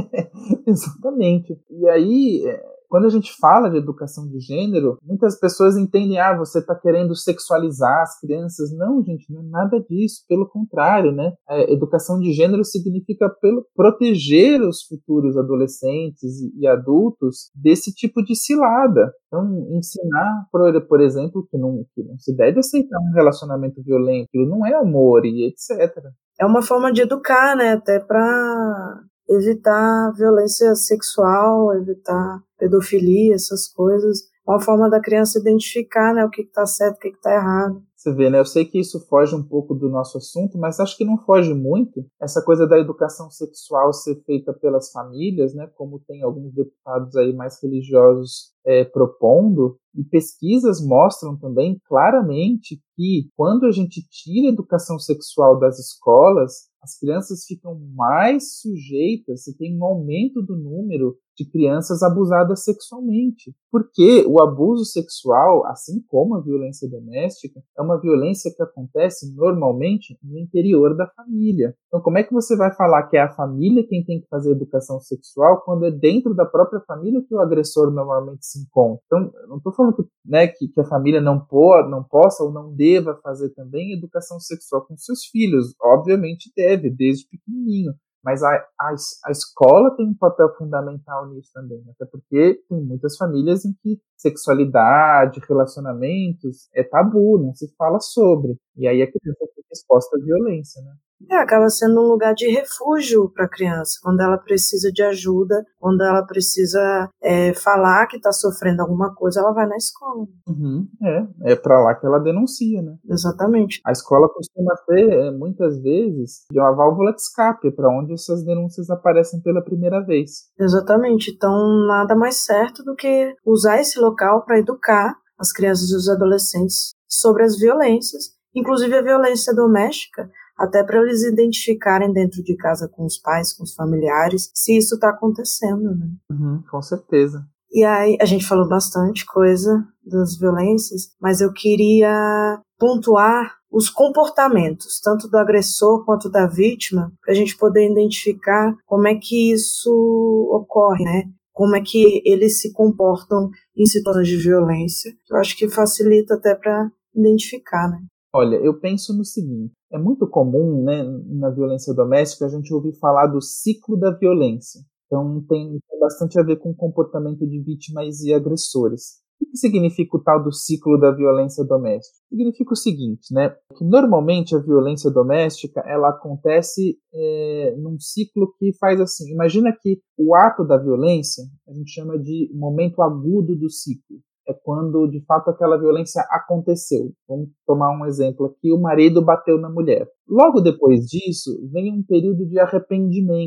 Exatamente. E aí, quando a gente fala de educação de gênero, muitas pessoas entendem, ah, você está querendo sexualizar as crianças. Não, gente, não é nada disso. Pelo contrário, né? A educação de gênero significa pelo, proteger os futuros adolescentes e, e adultos desse tipo de cilada. Então, ensinar, por, por exemplo, que não, que não se deve aceitar um relacionamento violento, aquilo não é amor e etcétera. É uma forma de educar, né? Até para evitar violência sexual, evitar pedofilia, essas coisas. É uma forma da criança identificar, né, o que está certo, o que está errado. Você vê, né? Eu sei que isso foge um pouco do nosso assunto, mas acho que não foge muito. Essa coisa da educação sexual ser feita pelas famílias, né? Como tem alguns deputados aí mais religiosos é, propondo. E pesquisas mostram também claramente que quando a gente tira a educação sexual das escolas, as crianças ficam mais sujeitas e tem um aumento do número de crianças abusadas sexualmente. Porque o abuso sexual, assim como a violência doméstica, é uma violência que acontece normalmente no interior da família. Então, como é que você vai falar que é a família quem tem que fazer educação sexual quando é dentro da própria família que o agressor normalmente se encontra? Então, eu não estou falando que, né, que, que a família não, pô, não possa ou não deva fazer também educação sexual com seus filhos. Obviamente deve, desde pequenininho. Mas a, a, a escola tem um papel fundamental nisso também, até porque tem muitas famílias em que sexualidade, relacionamentos é tabu, não se fala sobre. E aí a criança fica exposta à violência, né? É, acaba sendo um lugar de refúgio para a criança, quando ela precisa de ajuda, quando ela precisa é, falar que está sofrendo alguma coisa, ela vai na escola. Uhum, é, é para lá que ela denuncia, né? Exatamente. A escola costuma ser, muitas vezes, de uma válvula de escape, para onde essas denúncias aparecem pela primeira vez. Exatamente, então nada mais certo do que usar esse local para educar as crianças e os adolescentes sobre as violências, inclusive a violência doméstica, até para eles identificarem dentro de casa com os pais, com os familiares, se isso está acontecendo, né? Uhum, com certeza. E aí, a gente falou bastante coisa das violências, mas eu queria pontuar os comportamentos, tanto do agressor quanto da vítima, para a gente poder identificar como é que isso ocorre, né? Como é que eles se comportam em situações de violência. Eu acho que facilita até para identificar, né? Olha, eu penso no seguinte, é muito comum, né, na violência doméstica a gente ouvir falar do ciclo da violência. Então tem, tem bastante a ver com o comportamento de vítimas e agressores. O que significa o tal do ciclo da violência doméstica? Significa o seguinte, né, que normalmente a violência doméstica ela acontece é, num ciclo que faz assim, imagina que o ato da violência a gente chama de momento agudo do ciclo. É quando, de fato, aquela violência aconteceu. Vamos tomar um exemplo aqui, o marido bateu na mulher. Logo depois disso, vem um período de arrependimento.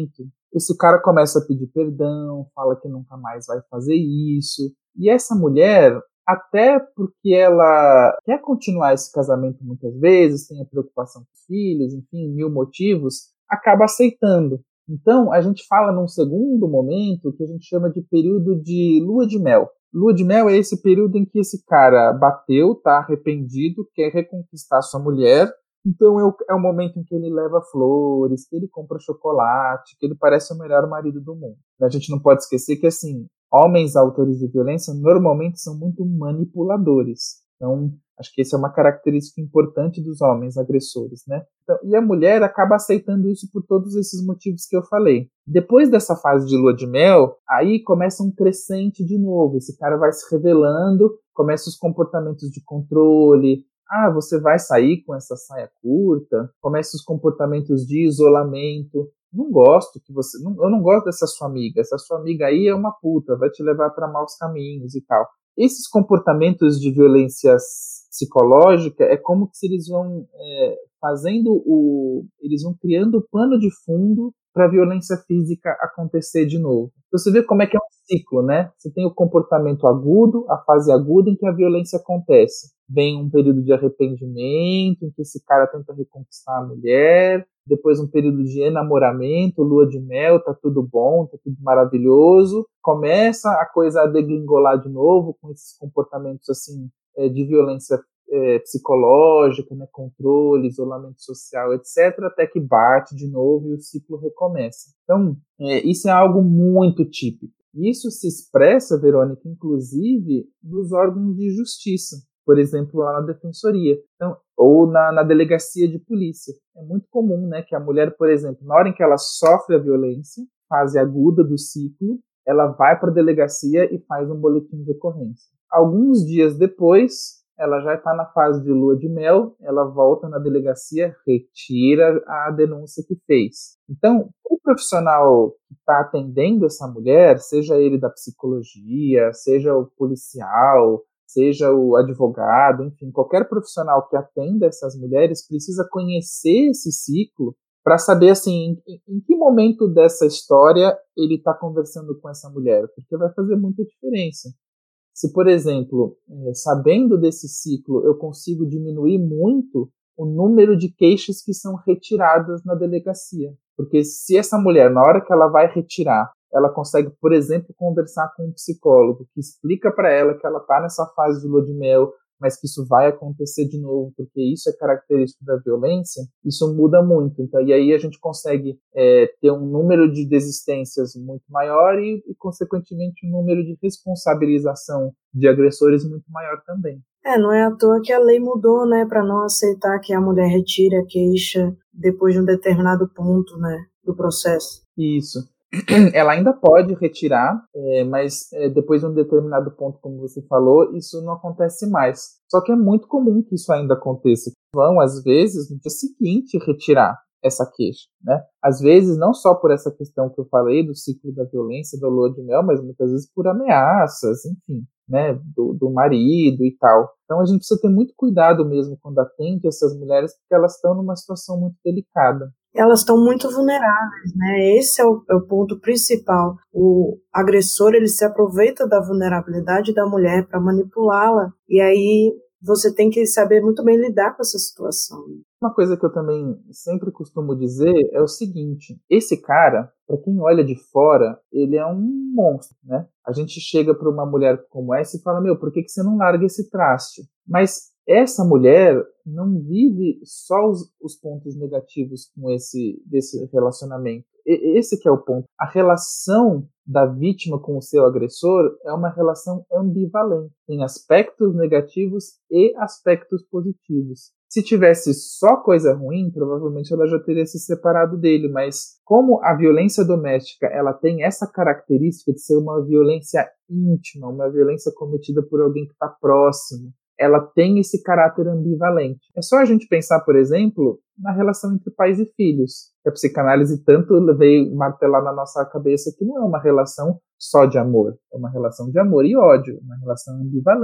esse cara começa a pedir perdão, fala que nunca mais vai fazer isso. E essa mulher, até porque ela quer continuar esse casamento muitas vezes, tem a preocupação com os filhos, enfim, mil motivos, acaba aceitando. Então, a gente fala num segundo momento que a gente chama de período de lua de mel. Lua de mel é esse período em que esse cara bateu, tá arrependido, quer reconquistar sua mulher. Então é o, é o momento em que ele leva flores, que ele compra chocolate, que ele parece o melhor marido do mundo. A gente não pode esquecer que, assim, homens autores de violência normalmente são muito manipuladores. Então, acho que essa é uma característica importante dos homens agressores, né? Então, e a mulher acaba aceitando isso por todos esses motivos que eu falei. Depois dessa fase de lua de mel, aí começa um crescente de novo. Esse cara vai se revelando, começa os comportamentos de controle. Ah, você vai sair com essa saia curta? Começa os comportamentos de isolamento. Não gosto que você... Não, eu não gosto dessa sua amiga. Essa sua amiga aí é uma puta, vai te levar para maus caminhos e tal. Esses comportamentos de violência psicológica é como se eles vão é, fazendo o... Eles vão criando o pano de fundo para a violência física acontecer de novo. Então você vê como é que é um ciclo, né? Você tem o comportamento agudo, a fase aguda em que a violência acontece. Vem um período de arrependimento, em que esse cara tenta reconquistar a mulher, depois um período de enamoramento, lua de mel, tá tudo bom, tá tudo maravilhoso. Começa a coisa a degringolar de novo, com esses comportamentos assim de violência É, psicológica, né, controle, isolamento social, etcétera, até que bate de novo e o ciclo recomeça. Então, é, isso é algo muito típico. Isso se expressa, Verônica, inclusive, nos órgãos de justiça, por exemplo, lá na defensoria, então, ou na, na delegacia de polícia. É muito comum, né, que a mulher, por exemplo, na hora em que ela sofre a violência, fase aguda do ciclo, ela vai para a delegacia e faz um boletim de ocorrência. Alguns dias depois, ela já está na fase de lua de mel, ela volta na delegacia, retira a denúncia que fez. Então, o profissional que está atendendo essa mulher, seja ele da psicologia, seja o policial, seja o advogado, enfim, qualquer profissional que atenda essas mulheres precisa conhecer esse ciclo para saber, assim, em, em que momento dessa história ele está conversando com essa mulher, porque vai fazer muita diferença. Se, por exemplo, sabendo desse ciclo, eu consigo diminuir muito o número de queixas que são retiradas na delegacia. Porque se essa mulher, na hora que ela vai retirar, ela consegue, por exemplo, conversar com um psicólogo que explica para ela que ela está nessa fase de lua de mel, mas que isso vai acontecer de novo, porque isso é característico da violência, isso muda muito. Então, e aí a gente consegue é, ter um número de desistências muito maior e, e, consequentemente, um número de responsabilização de agressores muito maior também. É, não é à toa que a lei mudou, né, para não aceitar que a mulher retire a queixa depois de um determinado ponto, né, do processo. Isso. Ela ainda pode retirar, é, mas é, depois de um determinado ponto, como você falou, isso não acontece mais. Só que é muito comum que isso ainda aconteça. Vão, às vezes, no dia seguinte, retirar essa queixa, né? Às vezes, não só por essa questão que eu falei do ciclo da violência, da lua de mel, mas muitas vezes por ameaças, enfim, né, do, do marido e tal. Então, a gente precisa ter muito cuidado mesmo quando atende essas mulheres, porque elas estão numa situação muito delicada. Elas estão muito vulneráveis, né? Esse é o, é o ponto principal. O agressor, ele se aproveita da vulnerabilidade da mulher para manipulá-la, e aí você tem que saber muito bem lidar com essa situação. Uma coisa que eu também sempre costumo dizer é o seguinte: esse cara, para quem olha de fora, ele é um monstro, né? A gente chega para uma mulher como essa e fala, meu, por que, que você não larga esse traste? Mas essa mulher não vive só os, os pontos negativos com esse desse relacionamento. E, esse que é o ponto. A relação da vítima com o seu agressor é uma relação ambivalente. Tem aspectos negativos e aspectos positivos. Se tivesse só coisa ruim, provavelmente ela já teria se separado dele, mas como a violência doméstica ela tem essa característica de ser uma violência íntima, uma violência cometida por alguém que está próximo, ela tem esse caráter ambivalente. É só a gente pensar, por exemplo, na relação entre pais e filhos. A psicanálise tanto veio martelar na nossa cabeça que não é uma relação só de amor, é uma relação de amor e ódio, uma relação ambivalente.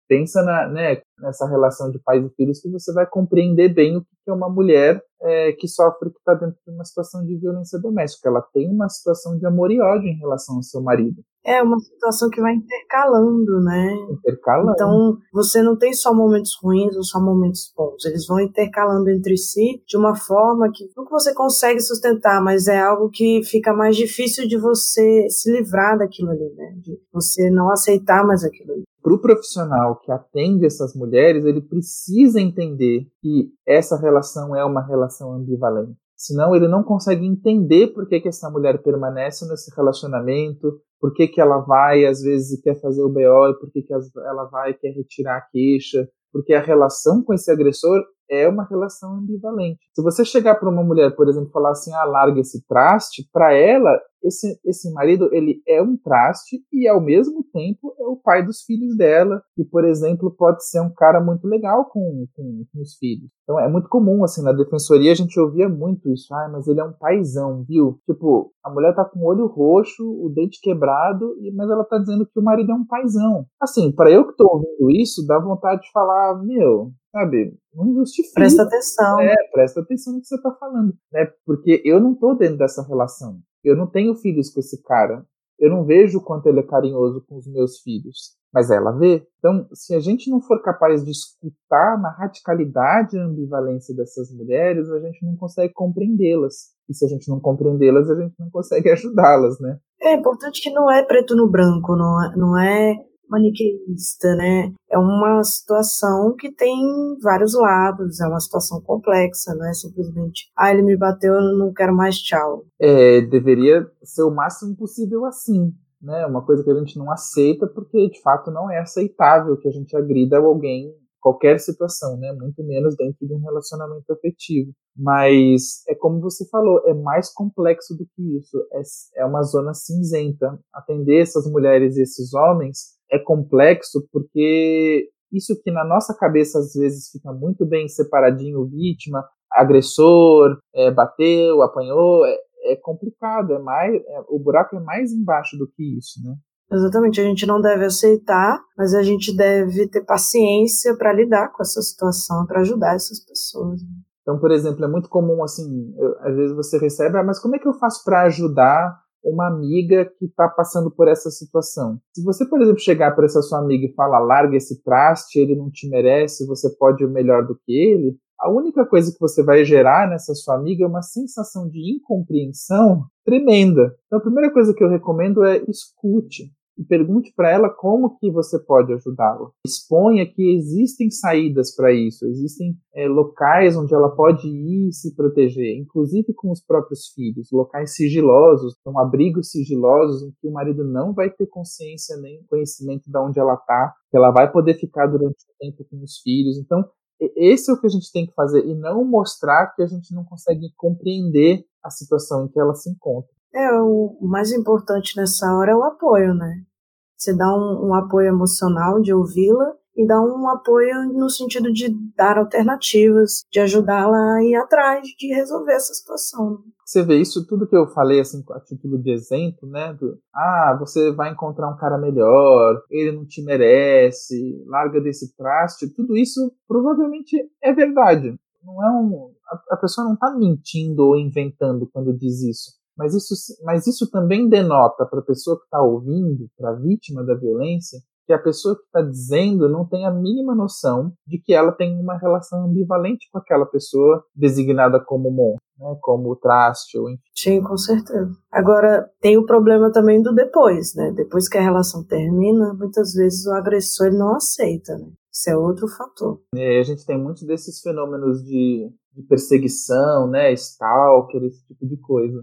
Pensa na, né, nessa relação de pais e filhos que você vai compreender bem o que é uma mulher é, que sofre, que está dentro de uma situação de violência doméstica. Ela tem uma situação de amor e ódio em relação ao seu marido. É uma situação que vai intercalando, né? Intercalando. Então, você não tem só momentos ruins ou só momentos bons. Eles vão intercalando entre si de uma forma que não que você consegue sustentar, mas é algo que fica mais difícil de você se livrar daquilo ali, né? De você não aceitar mais aquilo ali. Para o profissional que atende essas mulheres, ele precisa entender que essa relação é uma relação ambivalente. Senão ele não consegue entender por que, que essa mulher permanece nesse relacionamento, por que, que ela vai, às vezes, quer fazer o B O, e por que, que ela vai e quer retirar a queixa, porque a relação com esse agressor é uma relação ambivalente. Se você chegar para uma mulher, por exemplo, e falar assim, ah, larga esse traste, para ela, esse, esse marido, ele é um traste e, ao mesmo tempo, é o pai dos filhos dela, que, por exemplo, pode ser um cara muito legal com, com, com os filhos. Então, é muito comum, assim, na defensoria a gente ouvia muito isso, ah, mas ele é um paizão, viu? Tipo, a mulher tá com o olho roxo, o dente quebrado, mas ela tá dizendo que o marido é um paizão. Assim, para eu que tô ouvindo isso, dá vontade de falar, meu, sabe, não justifica. Presta atenção. É, presta atenção no que você está falando, né? Porque eu não tô dentro dessa relação. Eu não tenho filhos com esse cara. Eu não vejo o quanto ele é carinhoso com os meus filhos. Mas ela vê. Então, se a gente não for capaz de escutar na radicalidade a ambivalência dessas mulheres, a gente não consegue compreendê-las. E se a gente não compreendê-las, a gente não consegue ajudá-las, né? É importante que não é preto no branco, não é... Não é... maniqueísta, né? É uma situação que tem vários lados, é uma situação complexa, não é simplesmente, ah, ele me bateu, eu não quero mais, tchau. É, deveria ser o máximo possível assim, né? Uma coisa que a gente não aceita porque, de fato, não é aceitável que a gente agrida alguém em qualquer situação, né? Muito menos dentro de um relacionamento afetivo. Mas, é como você falou, é mais complexo do que isso. É, é uma zona cinzenta. Atender essas mulheres e esses homens é complexo porque isso que na nossa cabeça às vezes fica muito bem separadinho, vítima, agressor, é, bateu, apanhou, é, é complicado, é mais, é, o buraco é mais embaixo do que isso, né? Exatamente, a gente não deve aceitar, mas a gente deve ter paciência para lidar com essa situação, para ajudar essas pessoas. Então, por exemplo, é muito comum assim, eu, às vezes você recebe, ah, mas como é que eu faço para ajudar uma amiga que está passando por essa situação? Se você, por exemplo, chegar para essa sua amiga e falar, larga esse traste, ele não te merece, você pode ir melhor do que ele, a única coisa que você vai gerar nessa sua amiga é uma sensação de incompreensão tremenda. Então, a primeira coisa que eu recomendo é escute e pergunte para ela como que você pode ajudá-la. Exponha que existem saídas para isso, existem é, locais onde ela pode ir e se proteger, inclusive com os próprios filhos, locais sigilosos, então abrigos sigilosos em que o marido não vai ter consciência nem conhecimento de onde ela está, que ela vai poder ficar durante o tempo com os filhos. Então, esse é o que a gente tem que fazer e não mostrar que a gente não consegue compreender a situação em que ela se encontra. É, o mais importante nessa hora é o apoio, né? Você dá um, um apoio emocional de ouvi-la e dá um apoio no sentido de dar alternativas, de ajudá-la a ir atrás de resolver essa situação. Você vê isso, tudo que eu falei assim, a título de exemplo, né? Do, ah, você vai encontrar um cara melhor, ele não te merece, larga desse traste, tudo isso provavelmente é verdade. Não é um, a, a pessoa não está mentindo ou inventando quando diz isso. Mas isso, mas isso também denota para a pessoa que está ouvindo, para a vítima da violência, que a pessoa que está dizendo não tem a mínima noção de que ela tem uma relação ambivalente com aquela pessoa designada como monstro, né, como traste, ou enfim. Sim, com certeza. Agora, tem o problema também do depois, né? Depois que a relação termina, muitas vezes o agressor ele não aceita, né? Isso é outro fator. É, a gente tem muitos desses fenômenos de, de perseguição, né, stalker, esse tipo de coisa,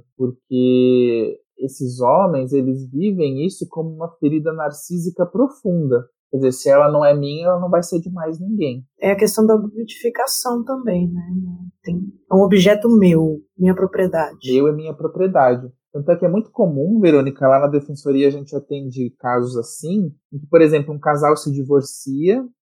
porque esses homens, eles vivem isso como uma ferida narcísica profunda. Quer dizer, se ela não é minha, ela não vai ser de mais ninguém. É a questão da objetificação também, né? Tem, é um objeto meu, minha propriedade. Meu é minha propriedade. Tanto é que é muito comum, Verônica, lá na defensoria a gente atende casos assim, em que, por exemplo, um casal se divorcia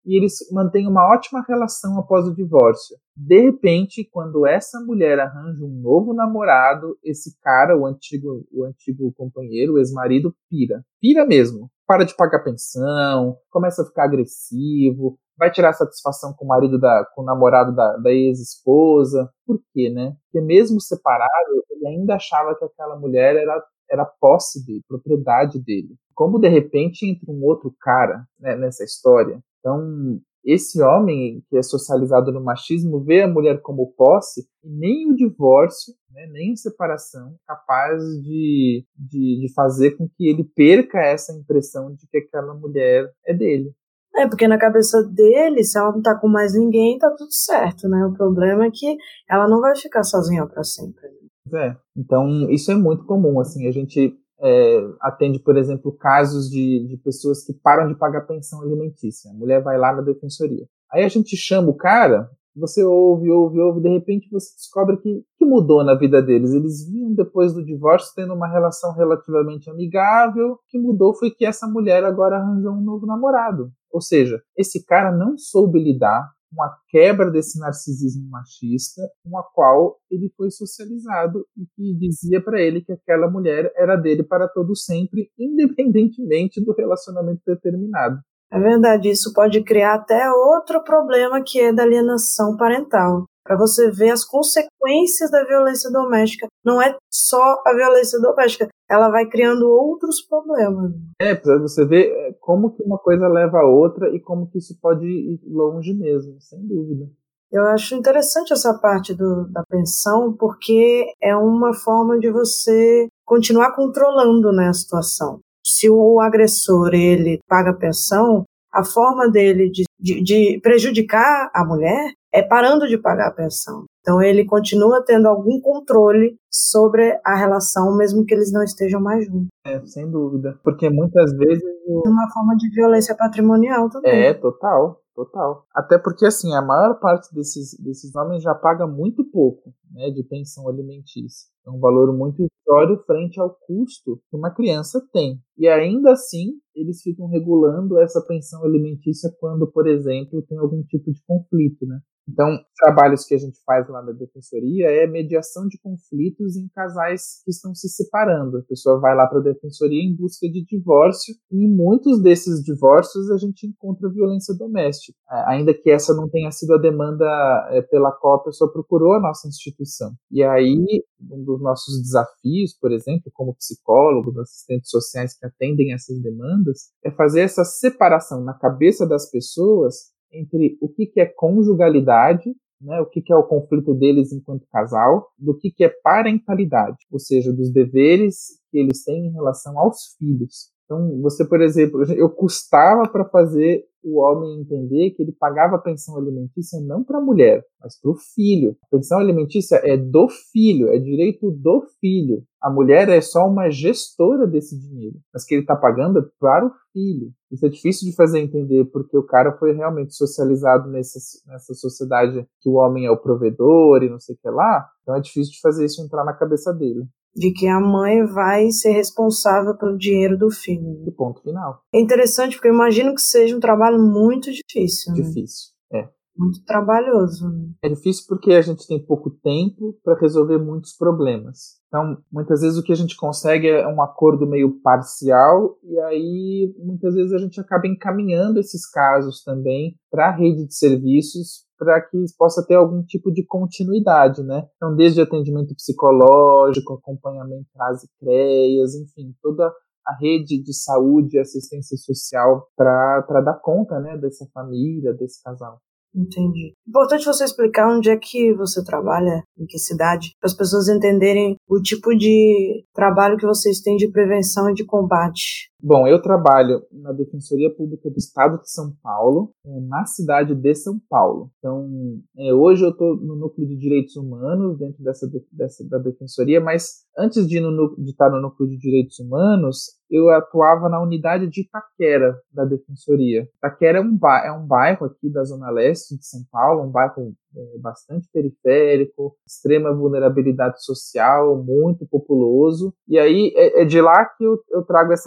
e eles mantêm uma ótima relação após o divórcio. De repente, quando essa mulher arranja um novo namorado, esse cara, o antigo, o antigo companheiro, o ex-marido, pira. Pira mesmo. Para de pagar pensão, começa a ficar agressivo, vai tirar satisfação com o marido da, com o namorado da, da ex-esposa. Por quê, né? Porque mesmo separado, ele ainda achava que aquela mulher era, era posse dele, propriedade dele. Como de repente entra um outro cara, né, nessa história. Então, esse homem que é socializado no machismo vê a mulher como posse e nem o divórcio, né, nem a separação capaz de, de, de fazer com que ele perca essa impressão de que aquela mulher é dele. É, porque na cabeça dele, se ela não tá com mais ninguém, tá tudo certo, né? O problema é que ela não vai ficar sozinha para sempre. É, então isso é muito comum, assim, a gente é, atende, por exemplo, casos de, de pessoas que param de pagar pensão alimentícia. A mulher vai lá na defensoria. Aí a gente chama o cara, você ouve, ouve, ouve, de repente você descobre que, que mudou na vida deles. Eles vinham depois do divórcio tendo uma relação relativamente amigável. O que mudou foi que essa mulher agora arranjou um novo namorado. Ou seja, esse cara não soube lidar com a quebra desse narcisismo machista com a qual ele foi socializado e que dizia para ele que aquela mulher era dele para todo sempre, independentemente do relacionamento determinado. É verdade, isso pode criar até outro problema, que é da alienação parental. Para você ver as consequências da violência doméstica. Não é só a violência doméstica, ela vai criando outros problemas. É, para você ver como que uma coisa leva a outra e como que isso pode ir longe mesmo, sem dúvida. Eu acho interessante essa parte do, da pensão, porque é uma forma de você continuar controlando, né, a situação. Se o agressor ele paga a pensão, a forma dele de, de, de prejudicar a mulher é parando de pagar a pensão. Então ele continua tendo algum controle sobre a relação, mesmo que eles não estejam mais juntos. É, sem dúvida. Porque muitas vezes... O... Uma forma de violência patrimonial também. É, total. Total. Até porque, assim, a maior parte desses, desses homens já paga muito pouco, né, de pensão alimentícia. É um valor muito irrisório frente ao custo que uma criança tem. E ainda assim, eles ficam regulando essa pensão alimentícia quando, por exemplo, tem algum tipo de conflito, né? Então, trabalhos que a gente faz lá na defensoria é mediação de conflitos em casais que estão se separando. A pessoa vai lá para a defensoria em busca de divórcio e em muitos desses divórcios a gente encontra violência doméstica, ainda que essa não tenha sido a demanda pela qual a pessoa procurou a nossa instituição. E aí, um dos nossos desafios, por exemplo, como psicólogos, assistentes sociais que atendem essas demandas, é fazer essa separação na cabeça das pessoas entre o que é conjugalidade, né, o que é o conflito deles enquanto casal, do que é parentalidade, ou seja, dos deveres que eles têm em relação aos filhos. Então, você, por exemplo, eu custava para fazer o homem entender que ele pagava a pensão alimentícia não para a mulher, mas para o filho. A pensão alimentícia é do filho, é direito do filho. A mulher é só uma gestora desse dinheiro, mas que ele está pagando é para o filho. Isso é difícil de fazer entender, porque o cara foi realmente socializado nessa, nessa sociedade que o homem é o provedor e não sei o que lá, então é difícil de fazer isso entrar na cabeça dele. De que a mãe vai ser responsável pelo dinheiro do filho. E ponto final. É interessante, porque eu imagino que seja um trabalho muito difícil. Difícil, né? É. Muito trabalhoso. Né? É difícil porque a gente tem pouco tempo para resolver muitos problemas. Então, muitas vezes o que a gente consegue é um acordo meio parcial e aí, muitas vezes, a gente acaba encaminhando esses casos também para a rede de serviços para que possa ter algum tipo de continuidade, né? Então, desde atendimento psicológico, acompanhamento às CREAS, enfim, toda a rede de saúde e assistência social para dar conta, né, dessa família, desse casal. Entendi. Importante você explicar onde é que você trabalha, em que cidade, para as pessoas entenderem o tipo de trabalho que vocês têm de prevenção e de combate. Bom, eu trabalho na Defensoria Pública do Estado de São Paulo, na cidade de São Paulo. Então, é, hoje eu estou no Núcleo de Direitos Humanos, dentro dessa, dessa da Defensoria, mas antes de, no, de estar no Núcleo de Direitos Humanos, eu atuava na unidade de Itaquera, da Defensoria. Itaquera é um, ba- é um bairro aqui da Zona Leste de São Paulo, um bairro é, bastante periférico, extrema vulnerabilidade social, muito populoso. E aí é, é de lá que eu, eu trago essa experiência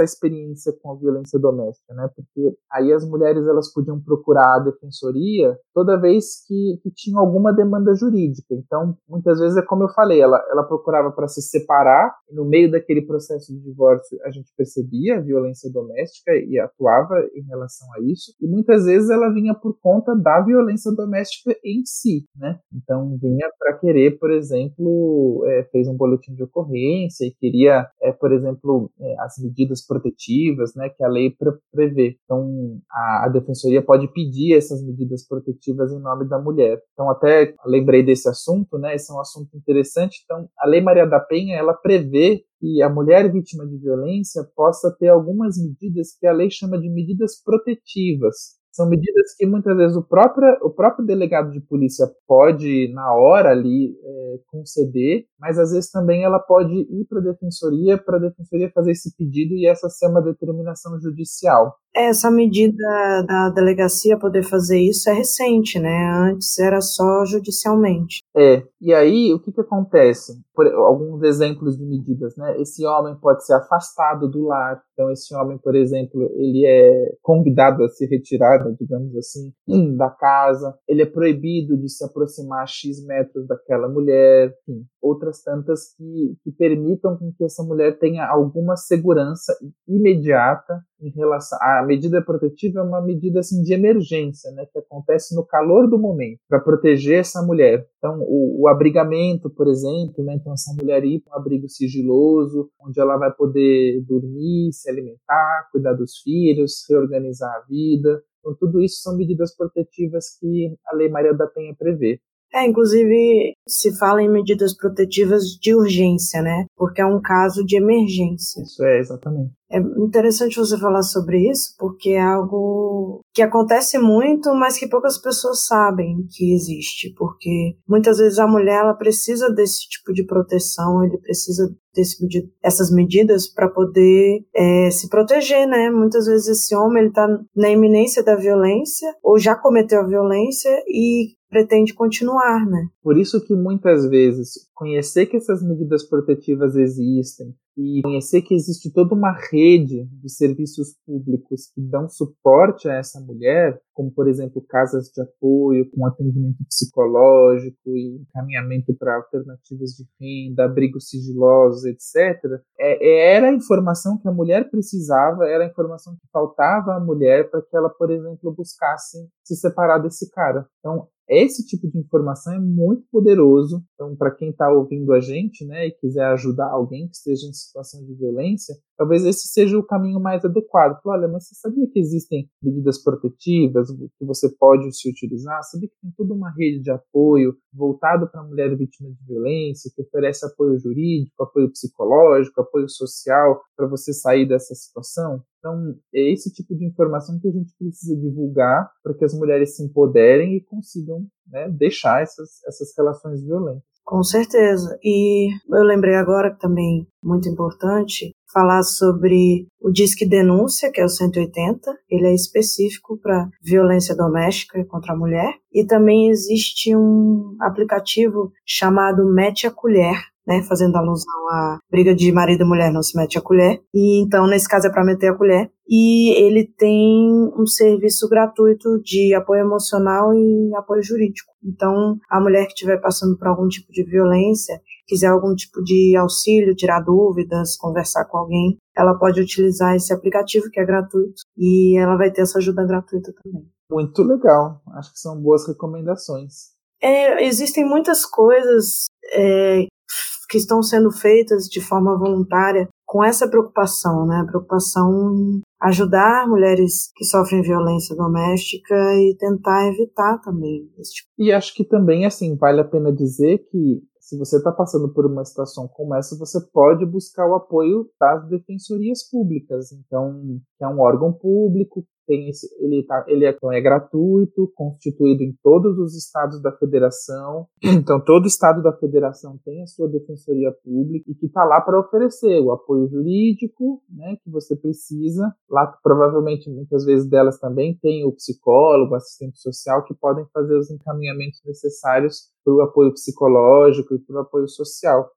violência com a violência doméstica, né? Porque aí as mulheres elas podiam procurar a defensoria toda vez que, que tinham alguma demanda jurídica. Então, muitas vezes é como eu falei, ela, ela procurava para se separar, e no meio daquele processo de divórcio a gente percebia a violência doméstica e atuava em relação a isso, e muitas vezes ela vinha por conta da violência doméstica em si, né? Então vinha para querer, por exemplo, é, fez um boletim de ocorrência e queria, é, por exemplo, é, as medidas protetivas, né, que a lei pre- prevê. Então a, a defensoria pode pedir essas medidas protetivas em nome da mulher. Então até lembrei desse assunto, né? Esse é um assunto interessante. Então a Lei Maria da Penha, ela prevê que a mulher vítima de violência possa ter algumas medidas que a lei chama de medidas protetivas. São medidas que muitas vezes o próprio, o próprio delegado de polícia pode, na hora ali, é, conceder, mas às vezes também ela pode ir para a defensoria, para a defensoria fazer esse pedido e essa ser uma determinação judicial. Essa medida da delegacia poder fazer isso é recente, né? Antes era só judicialmente. É, e aí o que que acontece? Por alguns exemplos de medidas, né? Esse homem pode ser afastado do lar, então esse homem, por exemplo, ele é convidado a se retirar, né, digamos assim, da casa, ele é proibido de se aproximar a X metros daquela mulher, enfim, outras tantas que, que permitam que essa mulher tenha alguma segurança imediata em relação. A medida protetiva é uma medida assim, de emergência, né, que acontece no calor do momento, para proteger essa mulher. Então, o, o abrigamento, por exemplo, né, então essa mulher ir para um abrigo sigiloso, onde ela vai poder dormir, se alimentar, cuidar dos filhos, reorganizar a vida. Então, tudo isso são medidas protetivas que a Lei Maria da Penha prevê. É, inclusive se fala em medidas protetivas de urgência, né? Porque é um caso de emergência. Isso é, exatamente. É interessante você falar sobre isso, porque é algo que acontece muito, mas que poucas pessoas sabem que existe, porque muitas vezes a mulher ela precisa desse tipo de proteção, ele precisa desse, dessas medidas para poder é, se proteger, né? Muitas vezes esse homem ele está na iminência da violência, ou já cometeu a violência e pretende continuar, né? Por isso que muitas vezes conhecer que essas medidas protetivas existem e conhecer que existe toda uma rede de serviços públicos que dão suporte a essa mulher, como por exemplo casas de apoio com atendimento psicológico e encaminhamento para alternativas de renda, abrigos sigilosos, etcétera, é, era a informação que a mulher precisava, era a informação que faltava à mulher para que ela, por exemplo, buscasse se separar desse cara. Então, esse tipo de informação é muito poderoso. Então, para quem está ouvindo a gente, né, e quiser ajudar alguém que esteja em situação de violência, talvez esse seja o caminho mais adequado. Fala, olha, mas você sabia que existem medidas protetivas que você pode se utilizar? Sabia que tem toda uma rede de apoio voltado para a mulher vítima de violência, que oferece apoio jurídico, apoio psicológico, apoio social para você sair dessa situação? Então, é esse tipo de informação que a gente precisa divulgar para que as mulheres se empoderem e consigam, né, deixar essas, essas relações violentas. Com certeza. E eu lembrei agora que também muito importante falar sobre o Disque Denúncia, que é o cento e oitenta. Ele é específico para violência doméstica contra a mulher. E também existe um aplicativo chamado Mete a Colher, né, fazendo alusão à briga de marido e mulher não se mete a colher, e então nesse caso é para meter a colher, e ele tem um serviço gratuito de apoio emocional e apoio jurídico. Então a mulher que estiver passando por algum tipo de violência, quiser algum tipo de auxílio, tirar dúvidas, conversar com alguém, ela pode utilizar esse aplicativo que é gratuito e ela vai ter essa ajuda gratuita também. Muito legal, acho que são boas recomendações. É, existem muitas coisas é, que estão sendo feitas de forma voluntária com essa preocupação, né? Preocupação em ajudar mulheres que sofrem violência doméstica e tentar evitar também esse tipo. E acho que também, assim, vale a pena dizer que se você está passando por uma situação como essa, você pode buscar o apoio das defensorias públicas. Então, é um órgão público, tem esse, ele, tá, ele é, é gratuito, constituído em todos os estados da federação. Então, todo estado da federação tem a sua defensoria pública e que está lá para oferecer o apoio jurídico, né, que você precisa. Lá, provavelmente, muitas vezes delas também tem o psicólogo, o assistente social, que podem fazer os encaminhamentos necessários para o apoio psicológico e para o apoio social.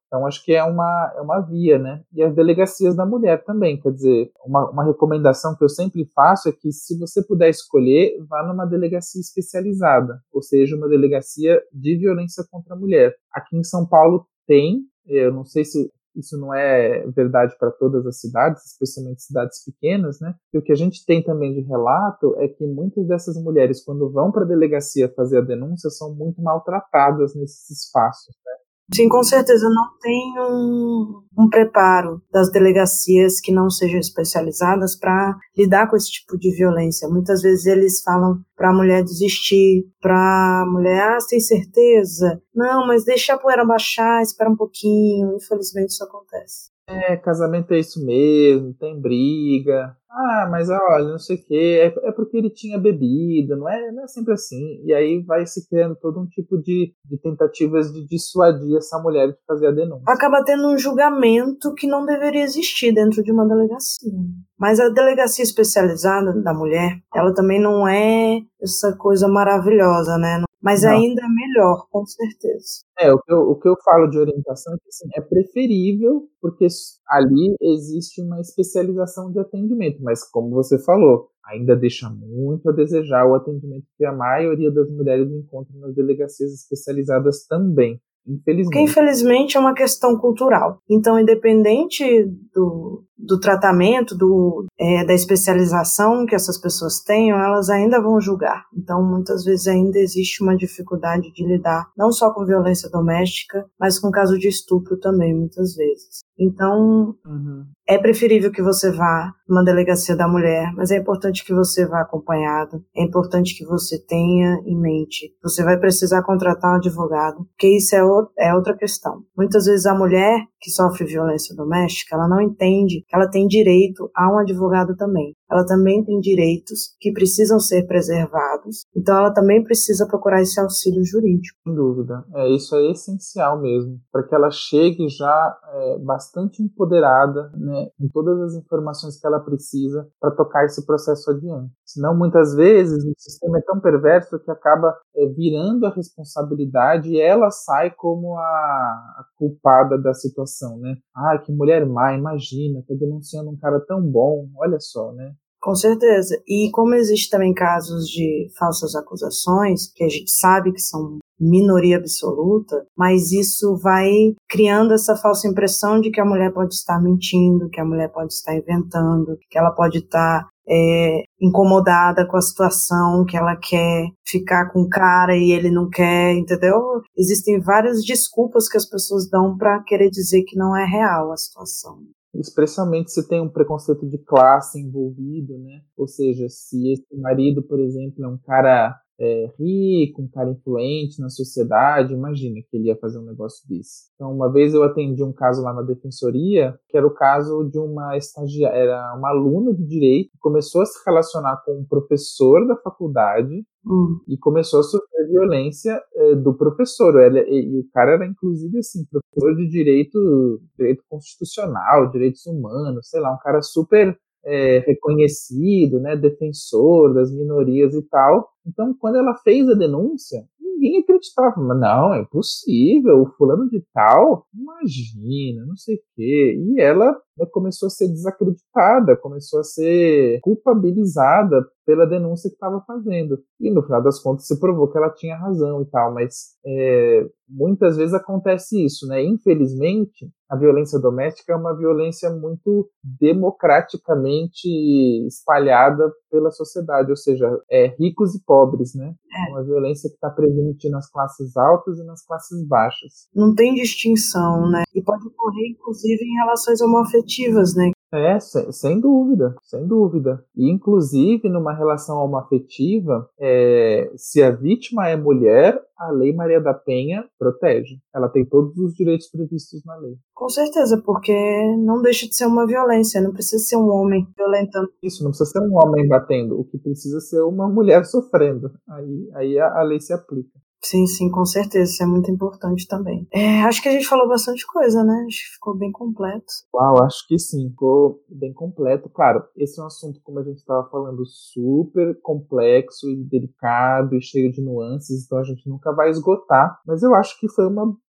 Então, acho que é uma, é uma via, né? E as delegacias da mulher também, quer dizer, uma, uma recomendação que eu sempre faço é que, se você puder escolher, vá numa delegacia especializada, ou seja, uma delegacia de violência contra a mulher. Aqui em São Paulo tem, eu não sei se isso não é verdade para todas as cidades, especialmente cidades pequenas, né? E o que a gente tem também de relato é que muitas dessas mulheres, quando vão para a delegacia fazer a denúncia, são muito maltratadas nesses espaços, né? Sim, com certeza não tem um, um preparo das delegacias que não sejam especializadas para lidar com esse tipo de violência. Muitas vezes eles falam para a mulher desistir, para a mulher, ah, tem certeza? Não, mas deixa a poeira baixar, espera um pouquinho. Infelizmente isso acontece. É, casamento é isso mesmo, tem briga. Ah, mas olha, não sei o quê, é, é porque ele tinha bebido, não é, não é sempre assim. E aí vai se criando todo um tipo de, de tentativas de dissuadir essa mulher de fazer a denúncia. Acaba tendo um julgamento que não deveria existir dentro de uma delegacia. Mas a delegacia especializada da mulher, ela também não é essa coisa maravilhosa, né? Mas não. Ainda é melhor, com certeza. É, o que, eu, o que eu falo de orientação é que, assim, é preferível, porque ali existe uma especialização de atendimento, mas, como você falou, ainda deixa muito a desejar o atendimento que a maioria das mulheres encontra nas delegacias especializadas também. Infelizmente. Porque, infelizmente, é uma questão cultural. Então, independente do, do tratamento, do, é, da especialização que essas pessoas tenham, elas ainda vão julgar. Então, muitas vezes ainda existe uma dificuldade de lidar não só com violência doméstica, mas com caso de estupro também, muitas vezes. Então, uhum. É preferível que você vá numa delegacia da mulher, mas é importante que você vá acompanhado, é importante que você tenha em mente. Você vai precisar contratar um advogado, porque isso é, o, é outra questão. Muitas vezes a mulher que sofre violência doméstica, ela não entende que ela tem direito a um advogado também. Ela também tem direitos que precisam ser preservados, então ela também precisa procurar esse auxílio jurídico. Sem dúvida, é, isso é essencial mesmo, para que ela chegue já é, bastante empoderada, né, com todas as informações que ela precisa para tocar esse processo adiante. Senão, muitas vezes, o sistema é tão perverso que acaba é, virando a responsabilidade e ela sai como a, a culpada da situação, né? Ah, que mulher má, imagina, tô denunciando um cara tão bom, olha só, né? Com certeza. E como existe também casos de falsas acusações, que a gente sabe que são minoria absoluta, mas isso vai criando essa falsa impressão de que a mulher pode estar mentindo, que a mulher pode estar inventando, que ela pode estar é, incomodada com a situação, que ela quer ficar com o cara e ele não quer, entendeu? Existem várias desculpas que as pessoas dão para querer dizer que não é real a situação. Especialmente se tem um preconceito de classe envolvido, né? Ou seja, se esse marido, por exemplo, é um cara é, rico, um cara influente na sociedade, imagina que ele ia fazer um negócio desse. Então, uma vez eu atendi um caso lá na defensoria, que era o caso de uma estagiária, era uma aluna de direito, que começou a se relacionar com um professor da faculdade, Hum. e começou a sofrer violência é, do professor. Ele, e, e o cara era, inclusive, assim, professor de direito, direito constitucional, direitos humanos, sei lá, um cara super é, reconhecido, né, defensor das minorias e tal. Então, quando ela fez a denúncia, ninguém acreditava. Mas não, é impossível, o fulano de tal, imagina, não sei o quê. E ela, né, começou a ser desacreditada, começou a ser culpabilizada pela denúncia que estava fazendo. E no final das contas se provou que ela tinha razão e tal, mas é, muitas vezes acontece isso, né? Infelizmente, a violência doméstica é uma violência muito democraticamente espalhada pela sociedade, ou seja, é ricos e pobres, né? É uma violência que está presente nas classes altas e nas classes baixas. Não tem distinção, né? E pode ocorrer, inclusive, em relações homoafetivas, né? É, sem, sem dúvida, sem dúvida. E, inclusive, numa relação homoafetiva, é, se a vítima é mulher, a Lei Maria da Penha protege. Ela tem todos os direitos previstos na lei. Com certeza, porque não deixa de ser uma violência, não precisa ser um homem violentando. Isso, não precisa ser um homem batendo, o que precisa ser uma mulher sofrendo. Aí, aí a, a lei se aplica. Sim, sim, com certeza, isso é muito importante também. É, acho que a gente falou bastante coisa, né? Acho que ficou bem completo. Uau, acho que sim, ficou bem completo. Claro, esse é um assunto, como a gente estava falando, super complexo e delicado e cheio de nuances, então a gente nunca vai esgotar, mas eu acho que foi uma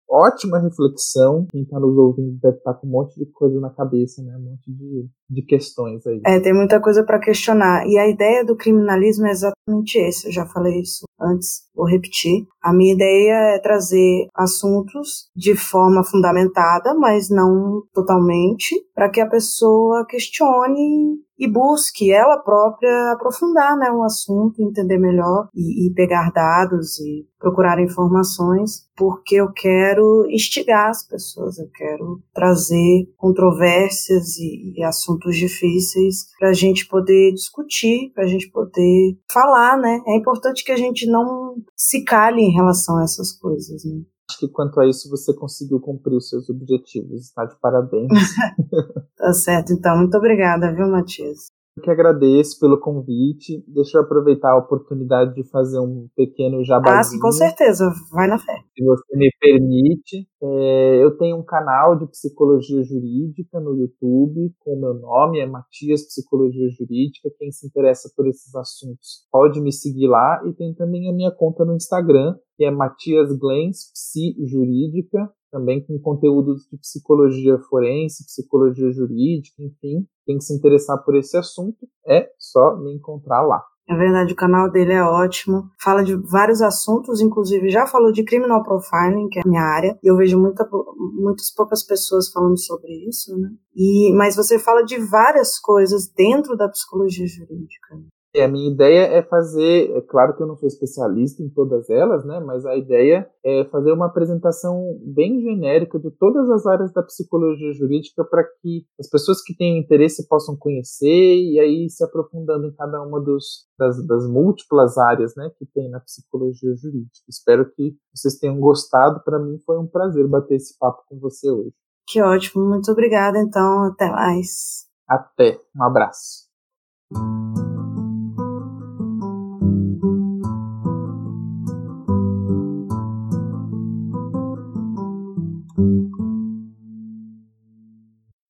ótima reflexão. Quem está nos ouvindo deve estar com um monte de coisa na cabeça, né? Um monte de, de questões aí. É, tem muita coisa para questionar. E a ideia do criminalismo é exatamente esse. Eu já falei isso antes, vou repetir. A minha ideia é trazer assuntos de forma fundamentada, mas não totalmente, para que a pessoa questione e busque ela própria aprofundar, né, o assunto, entender melhor e, e pegar dados e procurar informações, porque eu quero instigar as pessoas, eu quero trazer controvérsias e, e assuntos difíceis para a gente poder discutir, para a gente poder falar, né? É importante que a gente não se cale em relação a essas coisas, né? Acho que quanto a isso você conseguiu cumprir os seus objetivos, tá? De parabéns. Tá certo, então. Muito obrigada, viu, Matias? Eu que agradeço pelo convite. Deixa eu aproveitar a oportunidade de fazer um pequeno jabazinho. Ah, sim, com certeza. Vai na fé. Se você me permite. É, eu tenho um canal de psicologia jurídica no YouTube, com o meu nome, é Matias Psicologia Jurídica. Quem se interessa por esses assuntos pode me seguir lá. E tem também a minha conta no Instagram, que é Matias Glens Psi Jurídica, também com conteúdos de psicologia forense, psicologia jurídica, enfim. Quem se interessar por esse assunto, é só me encontrar lá. É verdade, o canal dele é ótimo, fala de vários assuntos, inclusive já falou de criminal profiling, que é a minha área, e eu vejo muita, muitas poucas pessoas falando sobre isso, né? E, mas você fala de várias coisas dentro da psicologia jurídica, né? É, a minha ideia é fazer, é claro que eu não sou especialista em todas elas, né, mas a ideia é fazer uma apresentação bem genérica de todas as áreas da psicologia jurídica para que as pessoas que tenham interesse possam conhecer e aí se aprofundando em cada uma dos, das, das múltiplas áreas, né, que tem na psicologia jurídica. Espero que vocês tenham gostado. Para mim foi um prazer bater esse papo com você hoje. Que ótimo, muito obrigada, então, até mais. Até, um abraço.